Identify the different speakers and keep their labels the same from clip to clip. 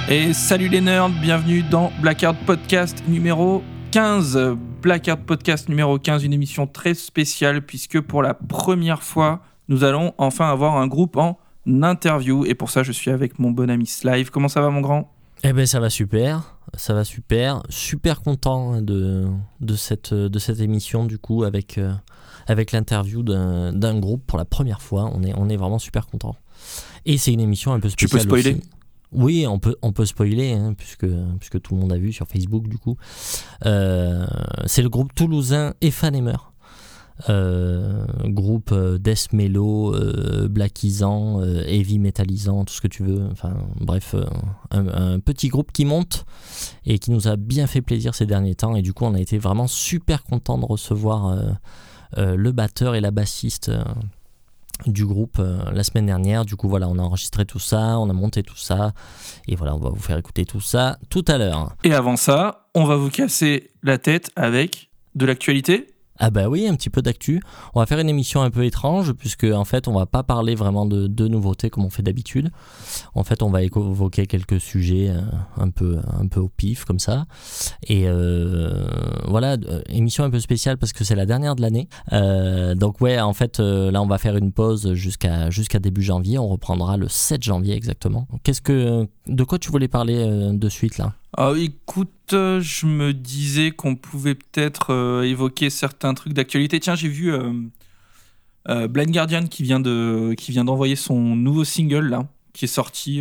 Speaker 1: Et salut les nerds, bienvenue dans Blackheart Podcast numéro 15. Blackheart Podcast numéro 15, une émission très spéciale puisque pour la première fois, nous allons enfin avoir un groupe en interview. Et pour ça, je suis avec mon bon ami Slive. Comment ça va, mon grand ?
Speaker 2: Eh ben ça va super. Super content de cette émission du coup avec l'interview d'un groupe pour la première fois. On est vraiment super content. Et c'est une émission un peu spéciale.
Speaker 1: Tu peux spoiler
Speaker 2: aussi. Oui, on peut spoiler hein, puisque tout le monde a vu sur Facebook du coup. C'est le groupe toulousain Ephanemer. Groupe death mellow, blackisant, heavy metallisant, tout ce que tu veux. Enfin bref, un petit groupe qui monte et qui nous a bien fait plaisir ces derniers temps. Et du coup, on a été vraiment super content de recevoir le batteur et la bassiste du groupe la semaine dernière. Du coup voilà, on a enregistré tout ça, on a monté tout ça et voilà, on va vous faire écouter tout ça tout à l'heure.
Speaker 1: Et avant ça, on va vous casser la tête avec de l'actualité.
Speaker 2: Ah bah oui, un petit peu d'actu. On va faire une émission un peu étrange puisque en fait on va pas parler vraiment de nouveautés comme on fait d'habitude. En fait on va évoquer quelques sujets un peu au pif comme ça. Et voilà, émission un peu spéciale parce que c'est la dernière de l'année. Donc ouais, en fait là on va faire une pause jusqu'à début janvier. On reprendra le 7 janvier exactement. De quoi tu voulais parler de suite là ?
Speaker 1: Ah, écoute, je me disais qu'on pouvait peut-être évoquer certains trucs d'actualité. Tiens, j'ai vu Blind Guardian qui vient d'envoyer son nouveau single là, qui est sorti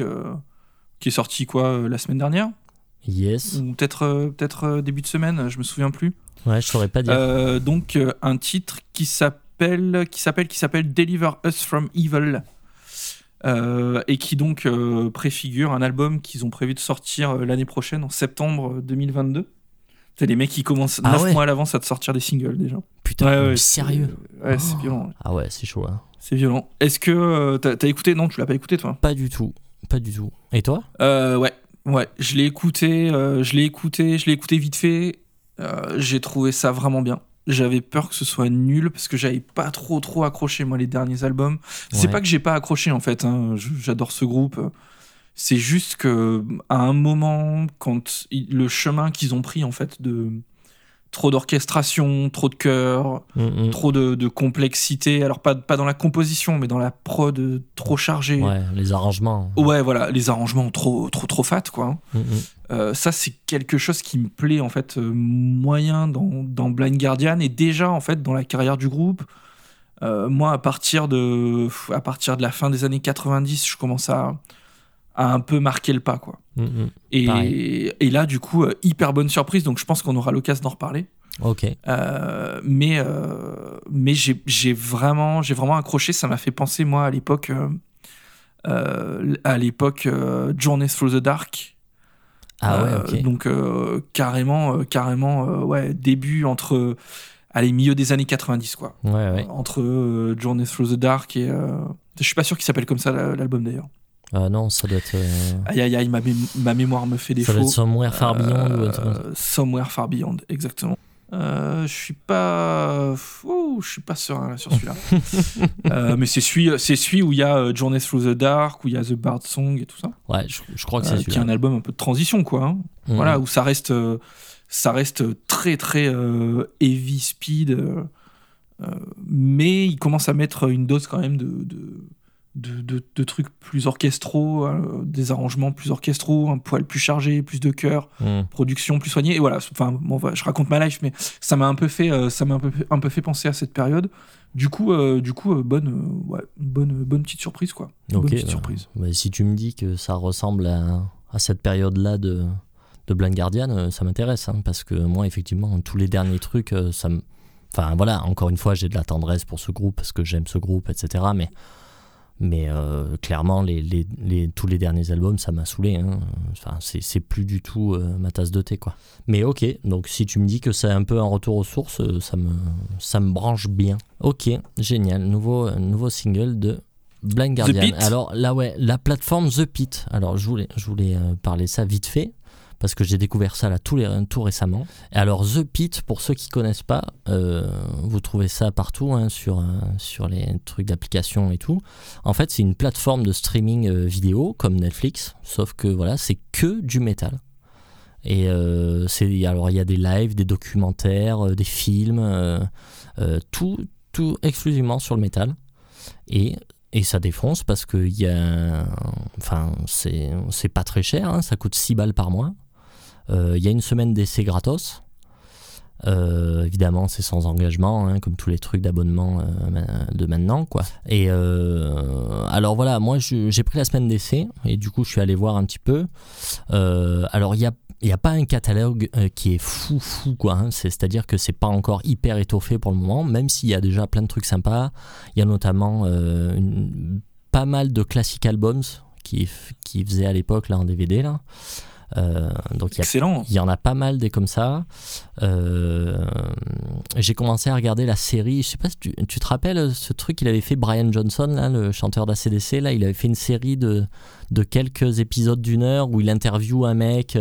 Speaker 1: quoi la semaine dernière ?
Speaker 2: Yes.
Speaker 1: Ou peut-être début de semaine, je me souviens plus.
Speaker 2: Ouais, je saurais pas dire.
Speaker 1: Donc un titre qui s'appelle Deliver Us from Evil. Et qui donc préfigure un album qu'ils ont prévu de sortir l'année prochaine, en septembre 2022. C'est les mecs qui commencent 9 mois à l'avance à te sortir des singles déjà.
Speaker 2: Putain, ouais, sérieux ?
Speaker 1: C'est violent.
Speaker 2: Ah ouais, c'est chaud. Hein.
Speaker 1: C'est violent. Est-ce que t'as écouté ? Non, tu l'as pas écouté toi ?
Speaker 2: Pas du tout. Et toi ?
Speaker 1: Ouais, je l'ai écouté vite fait. J'ai trouvé ça vraiment bien. J'avais peur que ce soit nul parce que j'avais pas trop accroché moi les derniers albums. C'est pas que j'ai pas accroché en fait, hein. J'adore ce groupe. C'est juste que à un moment, quand le chemin qu'ils ont pris en fait de trop d'orchestration, trop de chœur, trop de complexité. Alors pas dans la composition, mais dans la prod trop chargée.
Speaker 2: Ouais, les arrangements.
Speaker 1: Ouais, voilà, les arrangements trop fat quoi. Ça c'est quelque chose qui me plaît en fait moyen dans Blind Guardian et déjà en fait dans la carrière du groupe. Moi à partir de la fin des années 90, je commence à un peu marquer le pas quoi. Et là du coup hyper bonne surprise, donc je pense qu'on aura l'occasion d'en reparler.
Speaker 2: Ok.
Speaker 1: Mais j'ai vraiment accroché. Ça m'a fait penser moi à l'époque Journey Through the Dark.
Speaker 2: Ah ouais, ok.
Speaker 1: Donc carrément ouais, début entre milieu des années 90 quoi.
Speaker 2: Ouais.
Speaker 1: Entre Journey Through the Dark et je suis pas sûr qu'il s'appelle comme ça l'album d'ailleurs.
Speaker 2: Non, ça doit être
Speaker 1: aïe, ma mémoire me fait défaut.
Speaker 2: Ça doit être Somewhere Far Beyond
Speaker 1: Somewhere Far Beyond, exactement. Je suis pas serein là, sur celui-là. Mais c'est celui où il y a Journey Through the Dark, où il y a The Bard Song et tout ça.
Speaker 2: Ouais, je crois que c'est celui-là.
Speaker 1: Qui est un album un peu de transition quoi. Hein. Voilà, où ça reste très heavy speed, mais il commence à mettre une dose quand même de trucs plus orchestraux, des arrangements plus orchestraux, un poil plus chargé, plus de chœur, production plus soignée. Et voilà, enfin, bon, je raconte ma life, mais ça m'a un peu fait penser à cette période. Du coup, bonne petite surprise, quoi.
Speaker 2: Ok,
Speaker 1: bonne petite surprise.
Speaker 2: Bah, si tu me dis que ça ressemble à cette période-là de Blind Guardian, ça m'intéresse, hein, parce que moi, effectivement, tous les derniers trucs, Enfin, voilà, encore une fois, j'ai de la tendresse pour ce groupe, parce que j'aime ce groupe, etc., mais clairement tous les derniers albums ça m'a saoulé hein. Enfin, c'est plus du tout ma tasse de thé quoi. Mais ok, donc si tu me dis que c'est un peu un retour aux sources, ça me branche bien. Ok, génial, nouveau single de Blind Guardian. Alors là ouais, la plateforme The Pit. Alors je voulais parler ça vite fait parce que j'ai découvert ça là tout récemment. Et alors The Pit, pour ceux qui connaissent pas, vous trouvez ça partout hein, sur les trucs d'application et tout. En fait, c'est une plateforme de streaming vidéo comme Netflix, sauf que voilà, c'est que du métal. Et alors il y a des lives, des documentaires, des films, tout exclusivement sur le métal. Et ça défonce parce que c'est pas très cher, hein, ça coûte 6 balles par mois. Il y a une semaine d'essai gratos. Évidemment, c'est sans engagement, hein, comme tous les trucs d'abonnement de maintenant, quoi. Et alors voilà, moi j'ai pris la semaine d'essai et du coup je suis allé voir un petit peu. Alors il y a pas un catalogue qui est fou quoi, hein. C'est-à-dire que c'est pas encore hyper étoffé pour le moment, même s'il y a déjà plein de trucs sympas. Il y a notamment pas mal de classic albums qui faisaient à l'époque là en DVD là. Donc il y en a pas mal des comme ça. J'ai commencé à regarder la série, je sais pas si tu te rappelles ce truc qu'il avait fait Brian Johnson là, le chanteur d'ACDC là, il avait fait une série de quelques épisodes d'1 heure où il interviewe un mec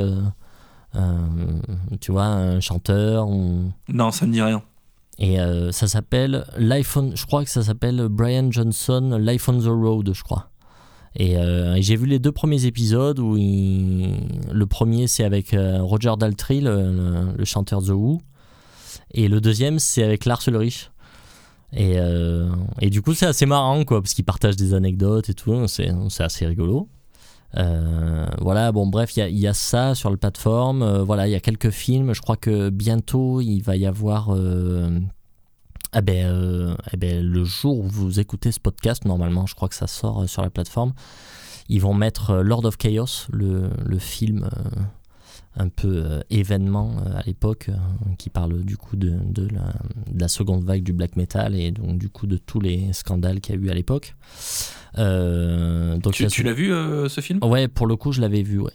Speaker 2: tu vois, un chanteur
Speaker 1: Non, ça me dit rien.
Speaker 2: Et ça s'appelle je crois que ça s'appelle Brian Johnson Life on the Road, je crois. Et j'ai vu les 2 premiers épisodes où le premier c'est avec Roger Daltrey, le chanteur The Who, et le deuxième c'est avec Lars Ulrich. Et du coup c'est assez marrant quoi, parce qu'ils partagent des anecdotes et tout, c'est assez rigolo. Voilà, bon bref, il y a ça sur la plateforme. Voilà, il y a quelques films. Je crois que bientôt il va y avoir le jour où vous écoutez ce podcast, normalement je crois que ça sort sur la plateforme, ils vont mettre Lord of Chaos, le film un peu événement à l'époque, qui parle du coup de la seconde vague du black metal et donc du coup de tous les scandales qu'il y a eu à l'époque. Donc
Speaker 1: tu l'as vu ce film ?
Speaker 2: Ouais, pour le coup je l'avais vu.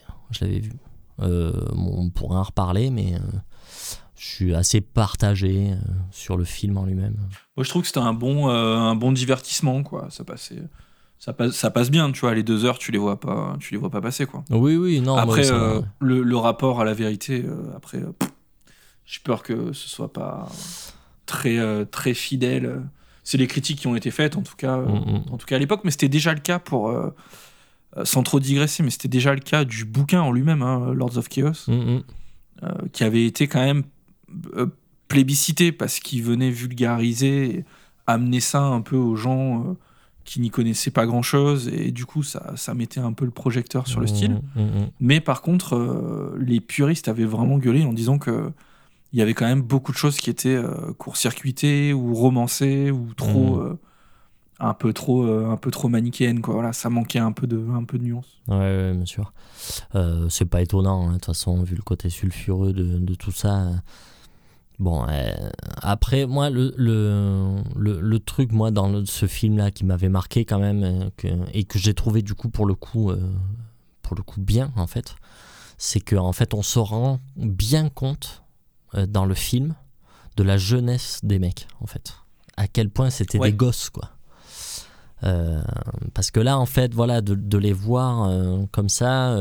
Speaker 2: On pourrait en reparler, mais je suis assez partagé sur le film en lui-même.
Speaker 1: Moi, je trouve que c'était un bon divertissement, quoi. Ça passe bien, tu vois. Les 2 heures, tu les vois pas passer, quoi.
Speaker 2: Oui, non.
Speaker 1: Après,
Speaker 2: ça...
Speaker 1: le rapport à la vérité, j'ai peur que ce soit pas très très fidèle. C'est les critiques qui ont été faites, en tout cas à l'époque, mais c'était déjà le cas pour. Sans trop digresser, mais c'était déjà le cas du bouquin en lui-même, hein, Lords of Chaos, qui avait été quand même plébiscité parce qu'il venait vulgariser et amener ça un peu aux gens qui n'y connaissaient pas grand-chose, et du coup ça mettait un peu le projecteur sur le style. Mais par contre, les puristes avaient vraiment gueulé en disant que il y avait quand même beaucoup de choses qui étaient court-circuitées ou romancées ou trop un peu trop manichéennes, quoi. Voilà, ça manquait un peu de nuance.
Speaker 2: Ouais, bien sûr. C'est pas étonnant, hein, de toute façon, vu le côté sulfureux de tout ça. Bon, après, moi, le truc, moi, dans ce film-là, qui m'avait marqué quand même, et que j'ai trouvé, du coup, pour le coup bien, en fait, c'est qu'en fait, on se rend bien compte, dans le film, de la jeunesse des mecs, en fait. À quel point c'était des gosses, quoi. Parce que là, en fait, voilà, de les voir comme ça...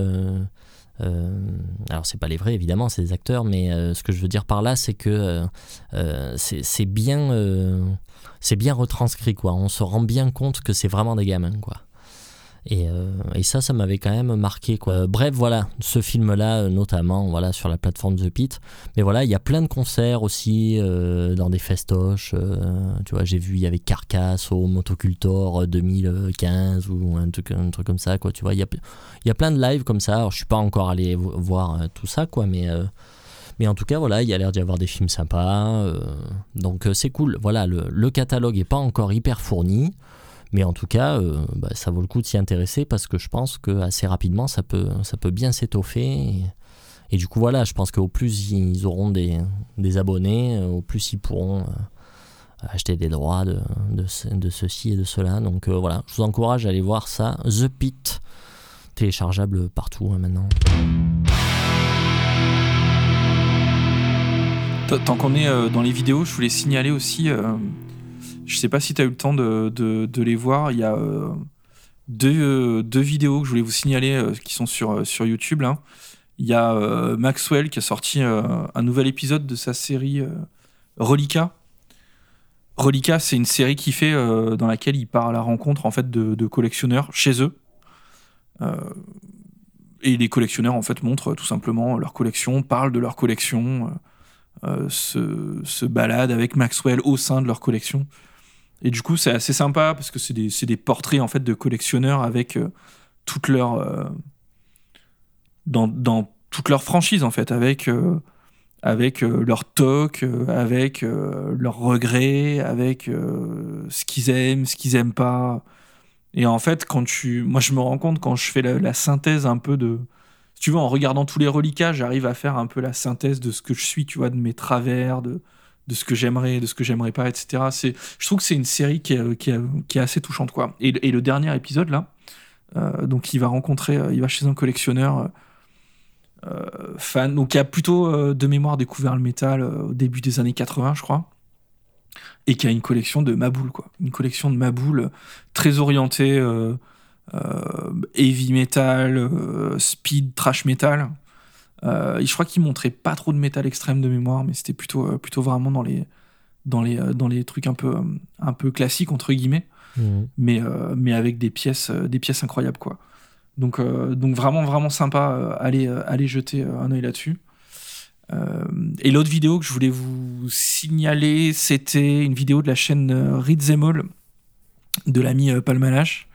Speaker 2: alors c'est pas les vrais évidemment, c'est des acteurs, mais ce que je veux dire par là c'est que c'est bien retranscrit, quoi. On se rend bien compte que c'est vraiment des gamins, quoi. Et ça m'avait quand même marqué, quoi. Bref, voilà, ce film là notamment, voilà, sur la plateforme The Pit, mais voilà, il y a plein de concerts aussi dans des festoches, tu vois, j'ai vu, il y avait Carcass au Motocultor 2015 ou un truc comme ça, quoi. Tu vois, il y a plein de lives comme ça. Alors je suis pas encore allé voir tout ça, quoi, mais en tout cas, voilà, il y a l'air d'y avoir des films sympas, donc c'est cool. Voilà, le catalogue est pas encore hyper fourni, mais en tout cas, ça vaut le coup de s'y intéresser, parce que je pense que assez rapidement ça peut bien s'étoffer, et du coup voilà, je pense qu'au plus ils auront des abonnés, au plus ils pourront acheter des droits de ceci et de cela. Donc voilà, je vous encourage à aller voir ça. The Pit, téléchargeable partout, hein, maintenant.
Speaker 1: Tant qu'on est dans les vidéos, je voulais signaler aussi, je sais pas si tu as eu le temps de les voir, il y a deux vidéos que je voulais vous signaler qui sont sur YouTube, là. Il y a Maxwell qui a sorti un nouvel épisode de sa série Relica. Relica, c'est une série qu'il fait dans laquelle il part à la rencontre en fait de collectionneurs chez eux. Et les collectionneurs en fait montrent tout simplement leur collection, parlent de leur collection, se baladent avec Maxwell au sein de leur collection. Et du coup, c'est assez sympa parce que c'est des portraits en fait de collectionneurs avec toute leur dans toute leur franchise en fait, avec leurs tocs, avec leurs regrets, avec ce qu'ils aiment, ce qu'ils aiment pas. Et en fait, moi je me rends compte quand je fais la synthèse un peu de, si tu veux, en regardant tous les reliquats, j'arrive à faire un peu la synthèse de ce que je suis, tu vois, de mes travers, de ce que j'aimerais, de ce que j'aimerais pas, etc. Je trouve que c'est une série qui est assez touchante, quoi. Et le dernier épisode là, donc il va chez un collectionneur fan, donc qui a plutôt de mémoire découvert le métal au début des années 80, je crois, et qui a une collection de maboules, quoi. Une collection de maboules très orientée heavy metal, speed, thrash metal. Je crois qu'il montrait pas trop de métal extrême de mémoire, mais c'était plutôt vraiment dans les trucs un peu classiques entre guillemets, mais avec des pièces incroyables, quoi. Donc vraiment sympa, allez jeter un œil là-dessus. Et l'autre vidéo que je voulais vous signaler, c'était une vidéo de la chaîne Read Them All de l'ami Palmanache,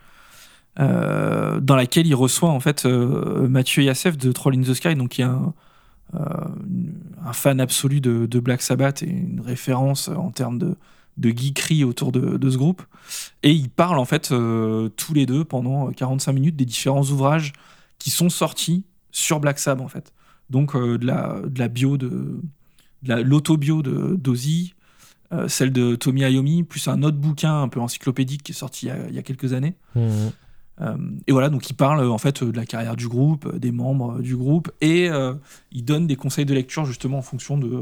Speaker 1: dans laquelle il reçoit en fait Mathieu Yassef de Troll in the Sky, donc qui est un fan absolu de Black Sabbath et une référence en termes de geekerie autour de ce groupe. Et ils parlent en fait tous les deux pendant 45 minutes des différents ouvrages qui sont sortis sur Black Sabbath en fait. Donc de la bio de l'autobio d'Ozzy, celle de Tommy Iommi, plus un autre bouquin un peu encyclopédique qui est sorti il y a quelques années. Et voilà, donc il parle en fait de la carrière du groupe, des membres du groupe, et il donne des conseils de lecture justement en fonction de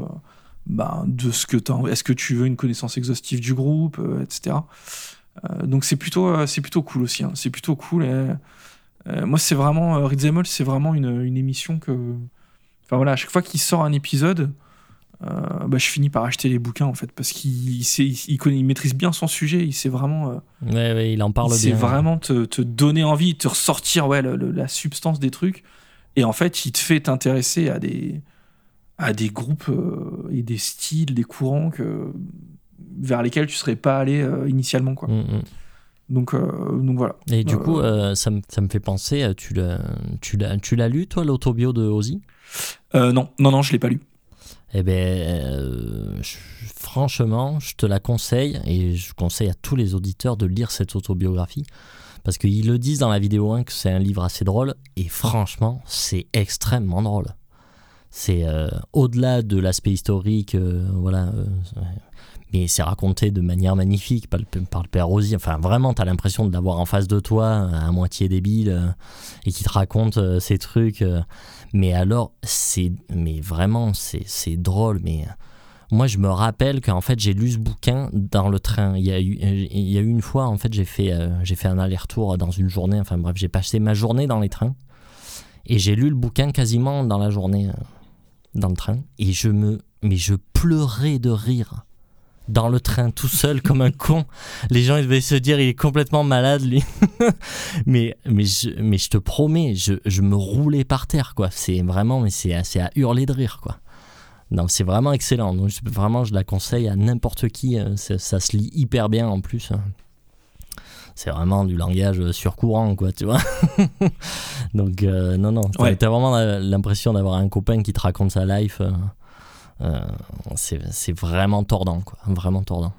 Speaker 1: ce que t'as. Est-ce que tu veux une connaissance exhaustive du groupe, etc. Donc c'est plutôt cool aussi, hein. C'est plutôt cool. Moi, c'est vraiment Read Them All, c'est vraiment une émission que, enfin voilà, à chaque fois qu'il sort un épisode, je finis par acheter les bouquins en fait, parce il maîtrise bien son sujet, il sait vraiment.
Speaker 2: Ouais, il en parle bien.
Speaker 1: Il sait vraiment te donner envie, te ressortir la substance des trucs, et en fait, il te fait t'intéresser à des groupes et des styles, des courants vers lesquels tu serais pas allé initialement, quoi. Donc voilà.
Speaker 2: Et du coup, ça me fait penser, tu l'as lu toi, l'autobio de Ozzy ?
Speaker 1: Non, je l'ai pas lu.
Speaker 2: Eh bien, franchement, je te la conseille, et je conseille à tous les auditeurs de lire cette autobiographie, parce qu'ils le disent dans la vidéo 1 que c'est un livre assez drôle, et franchement, c'est extrêmement drôle. C'est au-delà de l'aspect historique, mais c'est raconté de manière magnifique par le père Ozzy. Enfin, vraiment, t'as l'impression de l'avoir en face de toi, à moitié débile, et qui te raconte ces trucs. Mais alors, mais vraiment, c'est drôle. Mais moi, je me rappelle qu'en fait, j'ai lu ce bouquin dans le train. Il y a eu une fois, en fait, j'ai fait un aller-retour dans une journée. Enfin bref, j'ai passé ma journée dans les trains. Et j'ai lu le bouquin quasiment dans la journée, dans le train. Et je pleurais de rire. Dans le train, tout seul, comme un con. Les gens, ils devaient se dire, il est complètement malade, lui. mais je te promets, je me roulais par terre, quoi. C'est à hurler de rire, quoi. Non, c'est vraiment excellent. Donc, je la conseille à n'importe qui. Ça se lit hyper bien, en plus. C'est vraiment du langage surcourant, quoi, tu vois. Donc, non. Ouais. T'as vraiment l'impression d'avoir un copain qui te raconte sa life. C'est vraiment tordant, quoi. Vraiment tordant.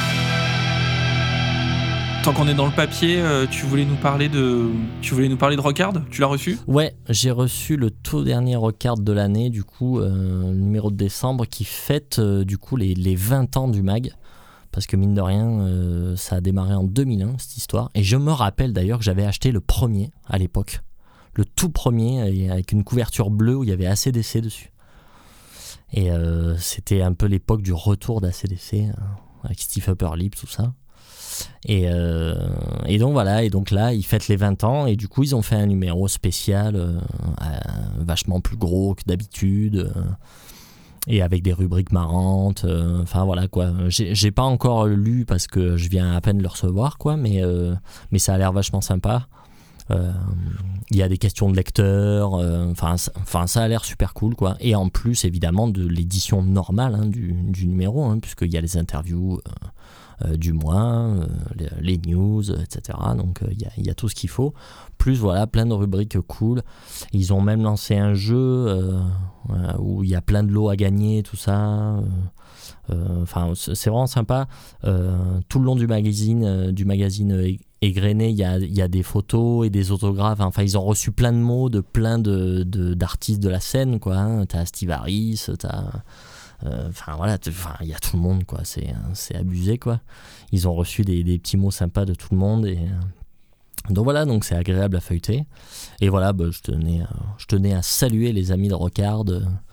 Speaker 1: Tant qu'on est dans le papier, tu voulais nous parler de Rockard. Tu l'as reçu ?
Speaker 2: Ouais, j'ai reçu le tout dernier Rockard de l'année, du coup, le numéro de décembre, qui fête du coup les 20 ans du mag. Parce que mine de rien, ça a démarré en 2001, cette histoire. Et je me rappelle d'ailleurs que j'avais acheté le premier à l'époque. Le tout premier, avec une couverture bleue où il y avait AC/DC dessus. Et c'était un peu l'époque du retour d'AC/DC, avec Steve Upper Lip, tout ça. Et donc voilà, et donc là ils fêtent les 20 ans et du coup ils ont fait un numéro spécial vachement plus gros que d'habitude et avec des rubriques marrantes, enfin voilà quoi. J'ai pas encore lu parce que je viens à peine de le recevoir quoi, mais ça a l'air vachement sympa. Il y a des questions de lecteurs, enfin ça a l'air super cool quoi. Et en plus évidemment de l'édition normale du numéro, puisqu'il y a les interviews du mois, les news, etc. Donc il y a tout ce qu'il faut. Plus voilà, plein de rubriques cool. Ils ont même lancé un jeu où il y a plein de lots à gagner, tout ça. Enfin, c'est vraiment sympa. Tout le long du magazine égrené, il y a des photos et des autographes. Enfin, ils ont reçu plein de mots de plein d'artistes de la scène, quoi. T'as Steve Harris, t'as... Enfin voilà, il y a tout le monde quoi, c'est abusé quoi. Ils ont reçu des petits mots sympas de tout le monde et donc voilà, donc c'est agréable à feuilleter. Et voilà, je tenais à saluer les amis de Rocard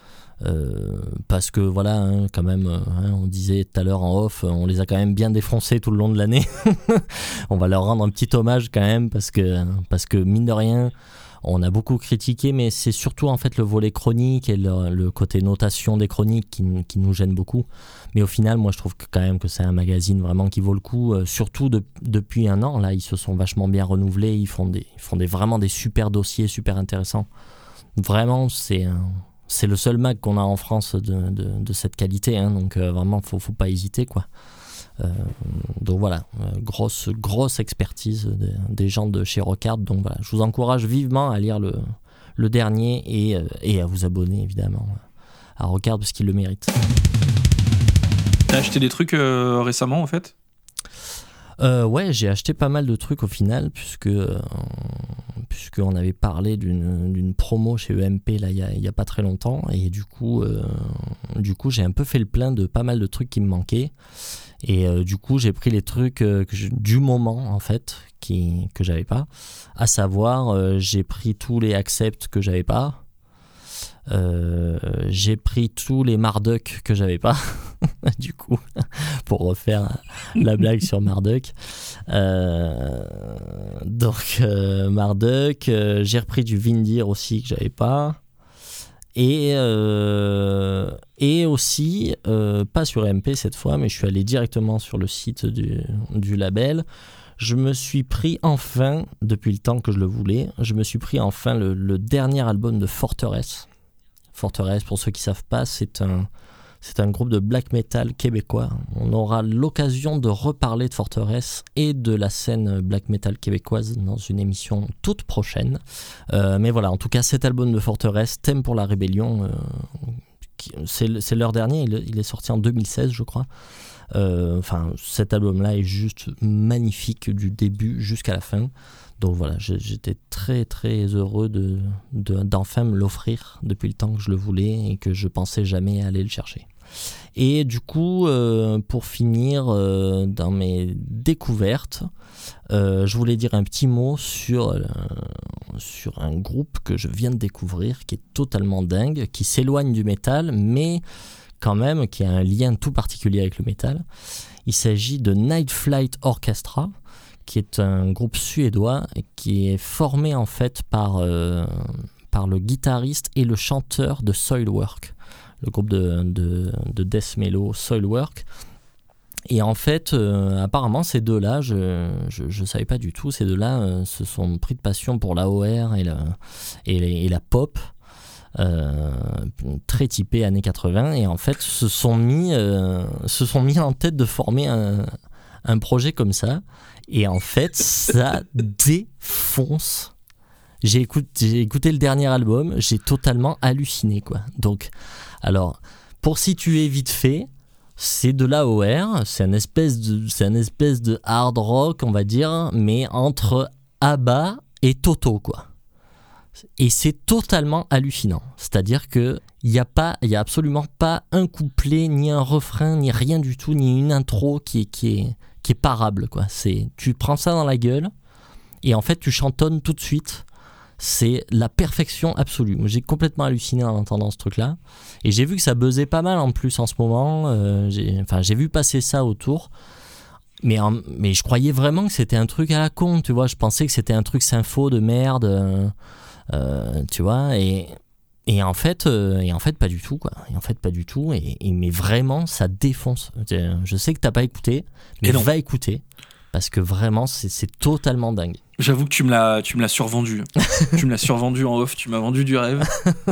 Speaker 2: parce que voilà, quand même, on disait tout à l'heure en off, on les a quand même bien défoncés tout le long de l'année. On va leur rendre un petit hommage quand même parce que mine de rien. On a beaucoup critiqué, mais c'est surtout en fait le volet chronique et le côté notation des chroniques qui nous gêne beaucoup. Mais au final, moi je trouve quand même que c'est un magazine vraiment qui vaut le coup. Surtout depuis un an, là, ils se sont vachement bien renouvelés. Ils font vraiment des super dossiers, super intéressants. Vraiment, c'est le seul mag qu'on a en France de cette qualité. Donc vraiment, faut pas hésiter quoi. Donc voilà, grosse expertise des gens de chez Rocard. Donc voilà, je vous encourage vivement à lire le dernier et à vous abonner évidemment à Rocard parce qu'il le mérite.
Speaker 1: T'as acheté des trucs récemment en fait ?
Speaker 2: Ouais, j'ai acheté pas mal de trucs au final puisque on avait parlé d'une promo chez EMP là il y a pas très longtemps et du coup j'ai un peu fait le plein de pas mal de trucs qui me manquaient. Et du coup j'ai pris les trucs du moment en fait que j'avais pas, à savoir j'ai pris tous les Accept que j'avais pas, j'ai pris tous les Marduk que j'avais pas du coup pour refaire la blague sur Marduk, donc Marduk, j'ai repris du Vindir aussi que j'avais pas. Et aussi, pas sur MP cette fois, mais je suis allé directement sur le site du label. Je me suis pris enfin, depuis le temps que je le voulais, le dernier album de Forteresse. Forteresse, pour ceux qui ne savent pas, c'est un groupe de black metal québécois. On aura l'occasion de reparler de Forteresse et de la scène black metal québécoise dans une émission toute prochaine. Mais voilà, en tout cas, cet album de Forteresse, Thème pour la rébellion, c'est leur dernier, il est sorti en 2016, je crois. Cet album-là est juste magnifique du début jusqu'à la fin. Donc voilà, j'étais très très heureux d'enfin me l'offrir depuis le temps que je le voulais et que je pensais jamais aller le chercher. Et du coup, pour finir dans mes découvertes, je voulais dire un petit mot sur un groupe que je viens de découvrir, qui est totalement dingue, qui s'éloigne du métal, mais quand même qui a un lien tout particulier avec le métal. Il s'agit de Night Flight Orchestra, qui est un groupe suédois qui est formé en fait par le guitariste et le chanteur de Soilwork, le groupe de death mellow Soilwork. Et en fait, apparemment, ces deux-là, je savais pas du tout, ces deux-là se sont pris de passion pour l'AOR et la pop, très typée années 80, et en fait se sont mis en tête de former un projet comme ça. Et en fait, ça défonce. J'ai écouté le dernier album, j'ai totalement halluciné, quoi. Donc, alors, pour situer vite fait, c'est de l'AOR, c'est un espèce de hard rock, on va dire, mais entre ABBA et Toto, quoi. Et c'est totalement hallucinant. C'est-à-dire que il y a absolument pas un couplet, ni un refrain, ni rien du tout, ni une intro qui est parable, quoi. Tu prends ça dans la gueule et en fait tu chantonnes tout de suite. C'est la perfection absolue. Moi, j'ai complètement halluciné en entendant ce truc-là. Et j'ai vu que ça buzzait pas mal en plus en ce moment. J'ai vu passer ça autour. mais je croyais vraiment que c'était un truc à la con, tu vois. Je pensais que c'était un truc sympho de merde, tu vois. Et en fait, pas du tout, quoi. Et en fait, pas du tout. Mais vraiment, ça défonce. Je sais que t'as pas écouté, mais va écouter. Parce que vraiment, c'est totalement dingue.
Speaker 1: J'avoue que tu me l'as survendu. Tu me l'as survendu en off, tu m'as vendu du rêve.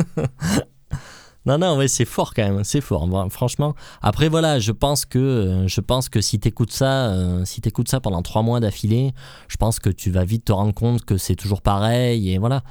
Speaker 2: Non, ouais, c'est fort quand même, c'est fort. Bon, franchement, après voilà, je pense que si t'écoutes ça pendant 3 mois d'affilée, je pense que tu vas vite te rendre compte que c'est toujours pareil et voilà.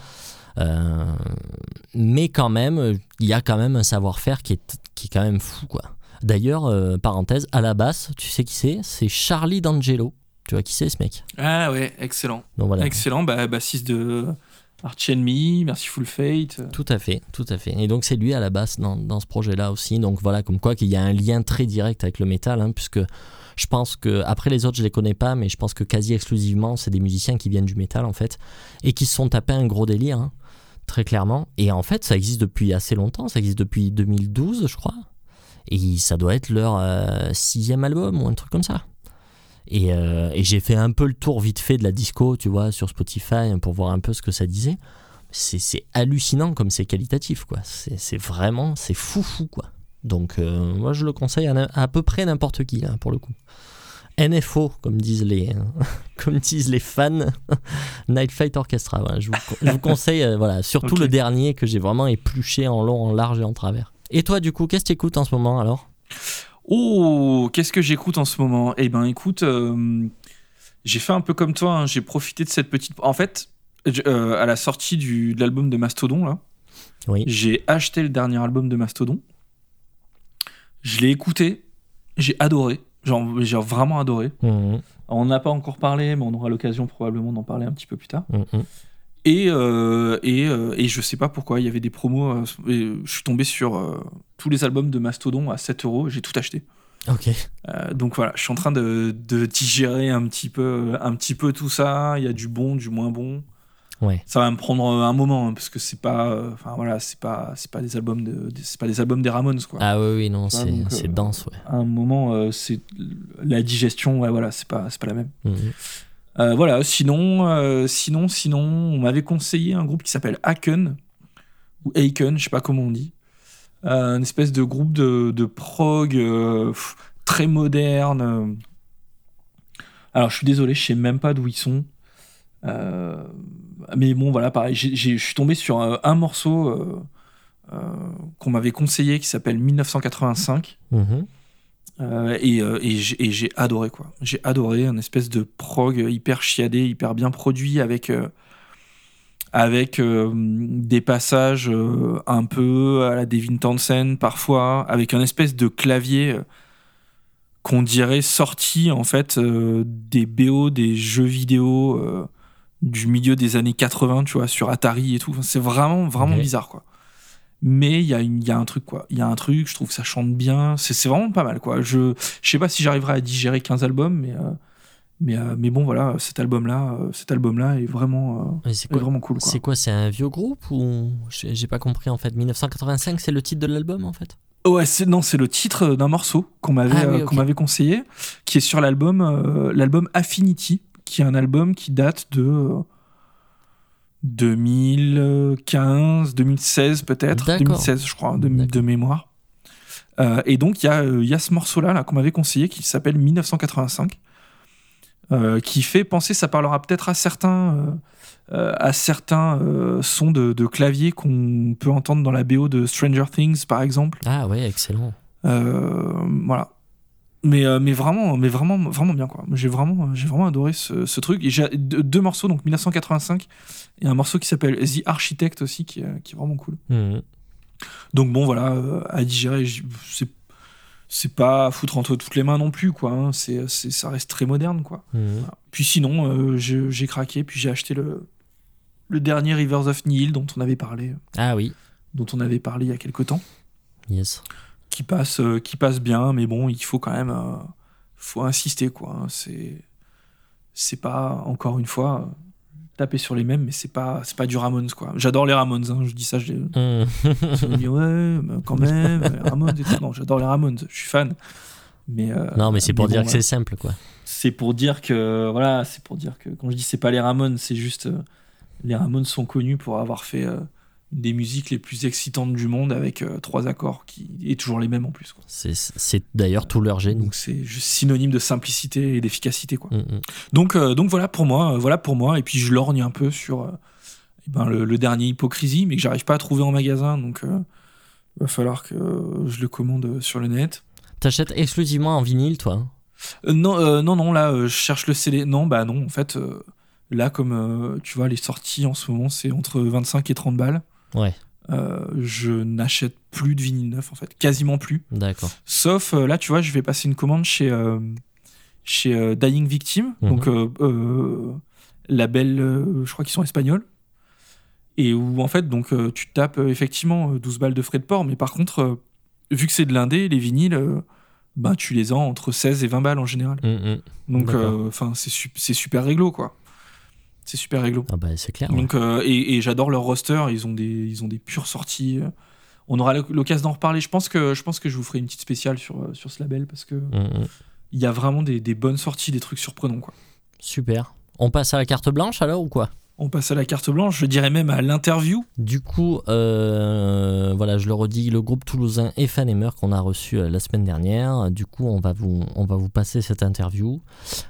Speaker 2: Mais quand même, il y a quand même un savoir-faire qui est quand même fou, quoi. D'ailleurs, parenthèse, à la basse, tu sais qui c'est ? C'est Charlie D'Angelo. Tu vois qui c'est, ce mec ?
Speaker 1: Ah ouais, excellent.
Speaker 2: Donc, voilà.
Speaker 1: Excellent, bassiste de Arch Enemy, Mercyful Fate.
Speaker 2: Tout à fait. Et donc c'est lui à la basse dans ce projet-là aussi. Donc voilà, comme quoi qu'il y a un lien très direct avec le métal, hein, puisque je pense que, après les autres je les connais pas, mais je pense que quasi exclusivement c'est des musiciens qui viennent du métal en fait, et qui se sont tapés un gros délire, hein, très clairement. Et en fait ça existe depuis assez longtemps, ça existe depuis 2012 je crois, et ça doit être leur 6e album ou un truc comme ça. Et j'ai fait un peu le tour vite fait de la disco, tu vois, sur Spotify pour voir un peu ce que ça disait. C'est hallucinant comme c'est qualitatif, quoi. C'est vraiment, c'est fou, quoi. Donc moi je le conseille à peu près n'importe qui, là, pour le coup. NFO, comme disent les fans, Night Flight Orchestra. Voilà, je vous conseille, voilà, surtout le dernier que j'ai vraiment épluché en long, en large et en travers. Et toi, du coup, qu'est-ce que tu écoutes en ce moment alors ?
Speaker 1: Oh, qu'est-ce que j'écoute en ce moment ? Eh ben, écoute, j'ai fait un peu comme toi, hein, j'ai profité de cette petite... En fait, à la sortie de l'album de Mastodon, là,
Speaker 2: oui.
Speaker 1: J'ai acheté le dernier album de Mastodon, je l'ai écouté, j'ai adoré, j'ai vraiment adoré.
Speaker 2: Mmh.
Speaker 1: On n'a pas encore parlé, mais on aura l'occasion probablement d'en parler un petit peu plus tard.
Speaker 2: Mmh.
Speaker 1: Et je sais pas pourquoi, il y avait des promos, et je suis tombé sur tous les albums de Mastodon à 7€, j'ai tout acheté.
Speaker 2: Ok.
Speaker 1: Donc voilà, je suis en train de digérer un petit peu tout ça, il y a du bon, du moins bon.
Speaker 2: Ouais.
Speaker 1: Ça va me prendre un moment, hein, parce que c'est pas c'est pas des albums c'est pas des albums des Ramones, quoi.
Speaker 2: Ah oui, non,
Speaker 1: Ouais,
Speaker 2: c'est dense, ouais.
Speaker 1: À un moment, c'est la digestion, ouais, voilà, c'est pas la même.
Speaker 2: Mmh.
Speaker 1: Voilà, sinon, on m'avait conseillé un groupe qui s'appelle Haken, ou Aiken, je sais pas comment on dit. Une espèce de groupe de prog très moderne. Alors, je suis désolé, je sais même pas d'où ils sont. Mais bon, voilà, pareil, je suis tombé sur un morceau qu'on m'avait conseillé qui s'appelle 1985.
Speaker 2: Mmh.
Speaker 1: Et j'ai adoré, quoi. J'ai adoré, un espèce de prog hyper chiadé, hyper bien produit, avec des passages un peu à la Devin Townsend parfois, avec un espèce de clavier qu'on dirait sorti en fait des BO des jeux vidéo du milieu des années 80, tu vois, sur Atari et tout. Enfin, c'est vraiment bizarre, quoi. Mais il y a un truc, quoi. Il y a un truc, je trouve que ça chante bien. C'est vraiment pas mal, quoi. Je sais pas si j'arriverai à digérer 15 albums, mais bon, voilà, cet album-là est vraiment, vraiment cool, quoi.
Speaker 2: C'est quoi, c'est un vieux groupe ou j'ai pas compris en fait. 1985, c'est le titre de l'album en fait.
Speaker 1: Ouais, c'est le titre d'un morceau qu'on m'avait conseillé, qui est sur l'album Affinity, qui est un album qui date de 2015, 2016 peut-être.
Speaker 2: D'accord.
Speaker 1: 2016 je crois, de mémoire. Et donc il y a ce morceau là qu'on m'avait conseillé qui s'appelle 1985, qui fait penser, ça parlera peut-être à certains sons de clavier qu'on peut entendre dans la BO de Stranger Things par exemple.
Speaker 2: Ah ouais, excellent.
Speaker 1: Voilà. Mais vraiment bien, quoi. J'ai vraiment adoré ce truc. Et j'ai deux morceaux, donc 1985 et un morceau qui s'appelle The Architect aussi, qui est vraiment cool.
Speaker 2: Mmh.
Speaker 1: Donc bon, voilà, à digérer, c'est pas à foutre entre toutes les mains non plus, quoi. Hein. Ça reste très moderne, quoi. Voilà. Puis sinon, j'ai craqué, puis j'ai acheté le dernier Rivers of Nihil dont on avait parlé.
Speaker 2: Ah oui.
Speaker 1: Dont on avait parlé il y a quelques temps.
Speaker 2: Yes.
Speaker 1: Qui passe bien, mais bon, il faut quand même faut insister, quoi. C'est pas, encore une fois, taper sur les mêmes, mais c'est pas du Ramones, quoi. J'adore les Ramones, hein, je dis ça, je me dis ouais, mais quand même, les Ramones et tout. Non, j'adore les Ramones, je suis fan. Mais
Speaker 2: non, mais c'est pour dire
Speaker 1: bon,
Speaker 2: que c'est simple, quoi.
Speaker 1: c'est pour dire que quand je dis c'est pas les Ramones, c'est juste les Ramones sont connus pour avoir fait des musiques les plus excitantes du monde avec 3 accords qui est toujours les mêmes en plus, quoi.
Speaker 2: C'est d'ailleurs tout leur génie.
Speaker 1: Donc c'est juste synonyme de simplicité et d'efficacité, quoi.
Speaker 2: Mm-hmm.
Speaker 1: Donc voilà pour moi, et puis je lorgne un peu sur le dernier Hypocrisie, mais que j'arrive pas à trouver en magasin, donc va falloir que je le commande sur le net.
Speaker 2: T'achètes exclusivement en vinyle, toi?
Speaker 1: Non, là je cherche le CD. Non, en fait là, comme tu vois, les sorties en ce moment c'est entre 25 et 30 balles.
Speaker 2: Ouais.
Speaker 1: Je n'achète plus de vinyle neuf, en fait, quasiment plus.
Speaker 2: D'accord.
Speaker 1: Sauf là, tu vois, je vais passer une commande chez Dying Victim, donc label, je crois qu'ils sont espagnols, et où en fait, donc tu tapes effectivement 12 balles de frais de port, mais par contre, vu que c'est de l'indé, les vinyles, tu les as entre 16 et 20 balles en général. Donc, c'est super réglo, quoi. C'est super réglo.
Speaker 2: Ah bah c'est clair.
Speaker 1: Donc, et j'adore leur roster. Ils ont des pures sorties. On aura l'occasion d'en reparler. Je pense que je vous ferai une petite spéciale sur ce label parce que il y a vraiment des bonnes sorties, des trucs surprenants, quoi.
Speaker 2: Super. On passe à la carte blanche alors ou quoi?
Speaker 1: On passe à la carte blanche, je dirais même à l'interview.
Speaker 2: Du coup, voilà, je le redis, le groupe toulousain Ephanemer qu'on a reçu la semaine dernière. Du coup, on va vous passer cette interview.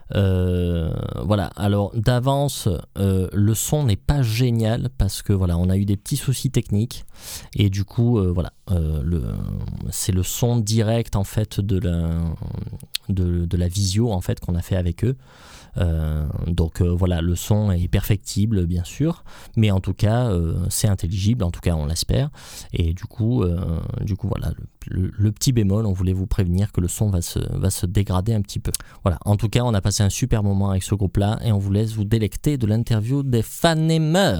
Speaker 2: Voilà, alors d'avance, le son n'est pas génial parce que voilà, on a eu des petits soucis techniques et du coup, voilà, c'est le son direct en fait de la visio en fait qu'on a fait avec eux. Donc voilà, le son est perfectible bien sûr, mais en tout cas c'est intelligible, en tout cas on l'espère, et du coup voilà, le petit bémol, on voulait vous prévenir que le son va se dégrader un petit peu. Voilà, en tout cas on a passé un super moment avec ce groupe là et on vous laisse vous délecter de l'interview d'Ephanemer.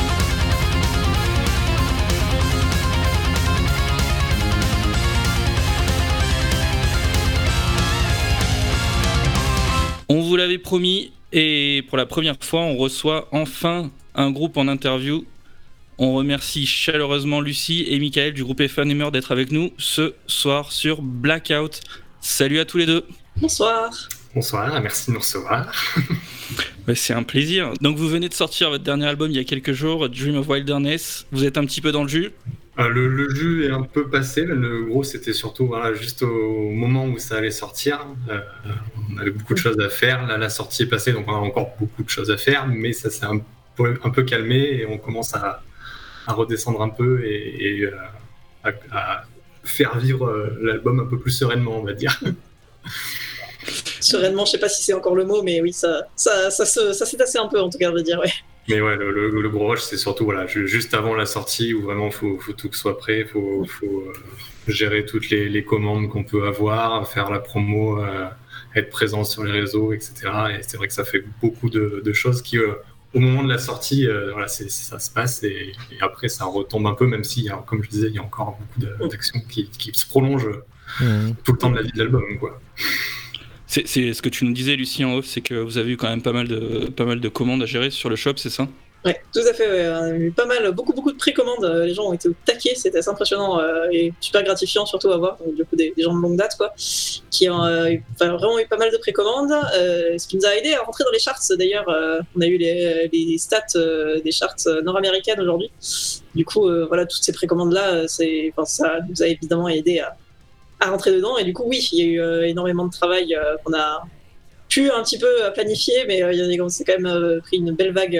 Speaker 3: On vous l'avait promis, et pour la première fois, on reçoit enfin un groupe en interview. On remercie chaleureusement Lucie et Michael du groupe Ephanemer d'être avec nous ce soir sur Blackout. Salut à tous les deux.
Speaker 4: Bonsoir.
Speaker 5: Bonsoir, merci de nous recevoir.
Speaker 3: C'est un plaisir. Donc vous venez de sortir votre dernier album il y a quelques jours, Dream of Wilderness. Vous êtes un petit peu dans le jus ?
Speaker 5: Le jus est un peu passé. Le gros, c'était surtout juste au moment où ça allait sortir. On avait beaucoup de choses à faire. Là, la sortie est passée, donc on a encore beaucoup de choses à faire. Mais ça s'est un peu calmé et on commence à redescendre un peu et à faire vivre l'album un peu plus sereinement, on va dire.
Speaker 4: Sereinement, je sais pas si c'est encore le mot, mais oui, ça s'est tassé un peu, en tout cas, je veux dire, ouais.
Speaker 5: Mais ouais, le gros rush, c'est surtout juste avant la sortie où vraiment faut tout que soit prêt, faut gérer toutes les commandes qu'on peut avoir, faire la promo, être présent sur les réseaux, etc. Et c'est vrai que ça fait beaucoup de choses qui, au moment de la sortie, ça se passe et après ça retombe un peu, même si, comme je disais, il y a encore beaucoup d'actions qui se prolongent tout le temps de la vie de l'album, quoi.
Speaker 3: C'est ce que tu nous disais, Lucie, en off, c'est que vous avez eu quand même pas mal de commandes à gérer sur le shop, c'est ça ?
Speaker 4: Ouais, tout à fait. Ouais. On a eu beaucoup de précommandes. Les gens ont été au taquet, c'était assez impressionnant et super gratifiant surtout à voir. Donc, du coup, des gens de longue date, quoi, qui ont vraiment eu pas mal de précommandes. Ce qui nous a aidé à rentrer dans les charts. D'ailleurs, on a eu les stats des charts nord-américaines aujourd'hui. Du coup, voilà, toutes ces précommandes-là, ça nous a évidemment aidé à rentrer dedans, et du coup oui, il y a eu énormément de travail qu'on a pu un petit peu planifier, mais on s'est quand même pris une belle vague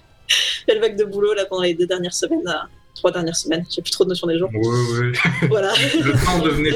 Speaker 4: de boulot là pendant les 3 dernières semaines, j'ai plus trop de notion des jours.
Speaker 5: Ouais.
Speaker 4: Voilà.
Speaker 5: Le temps devenait...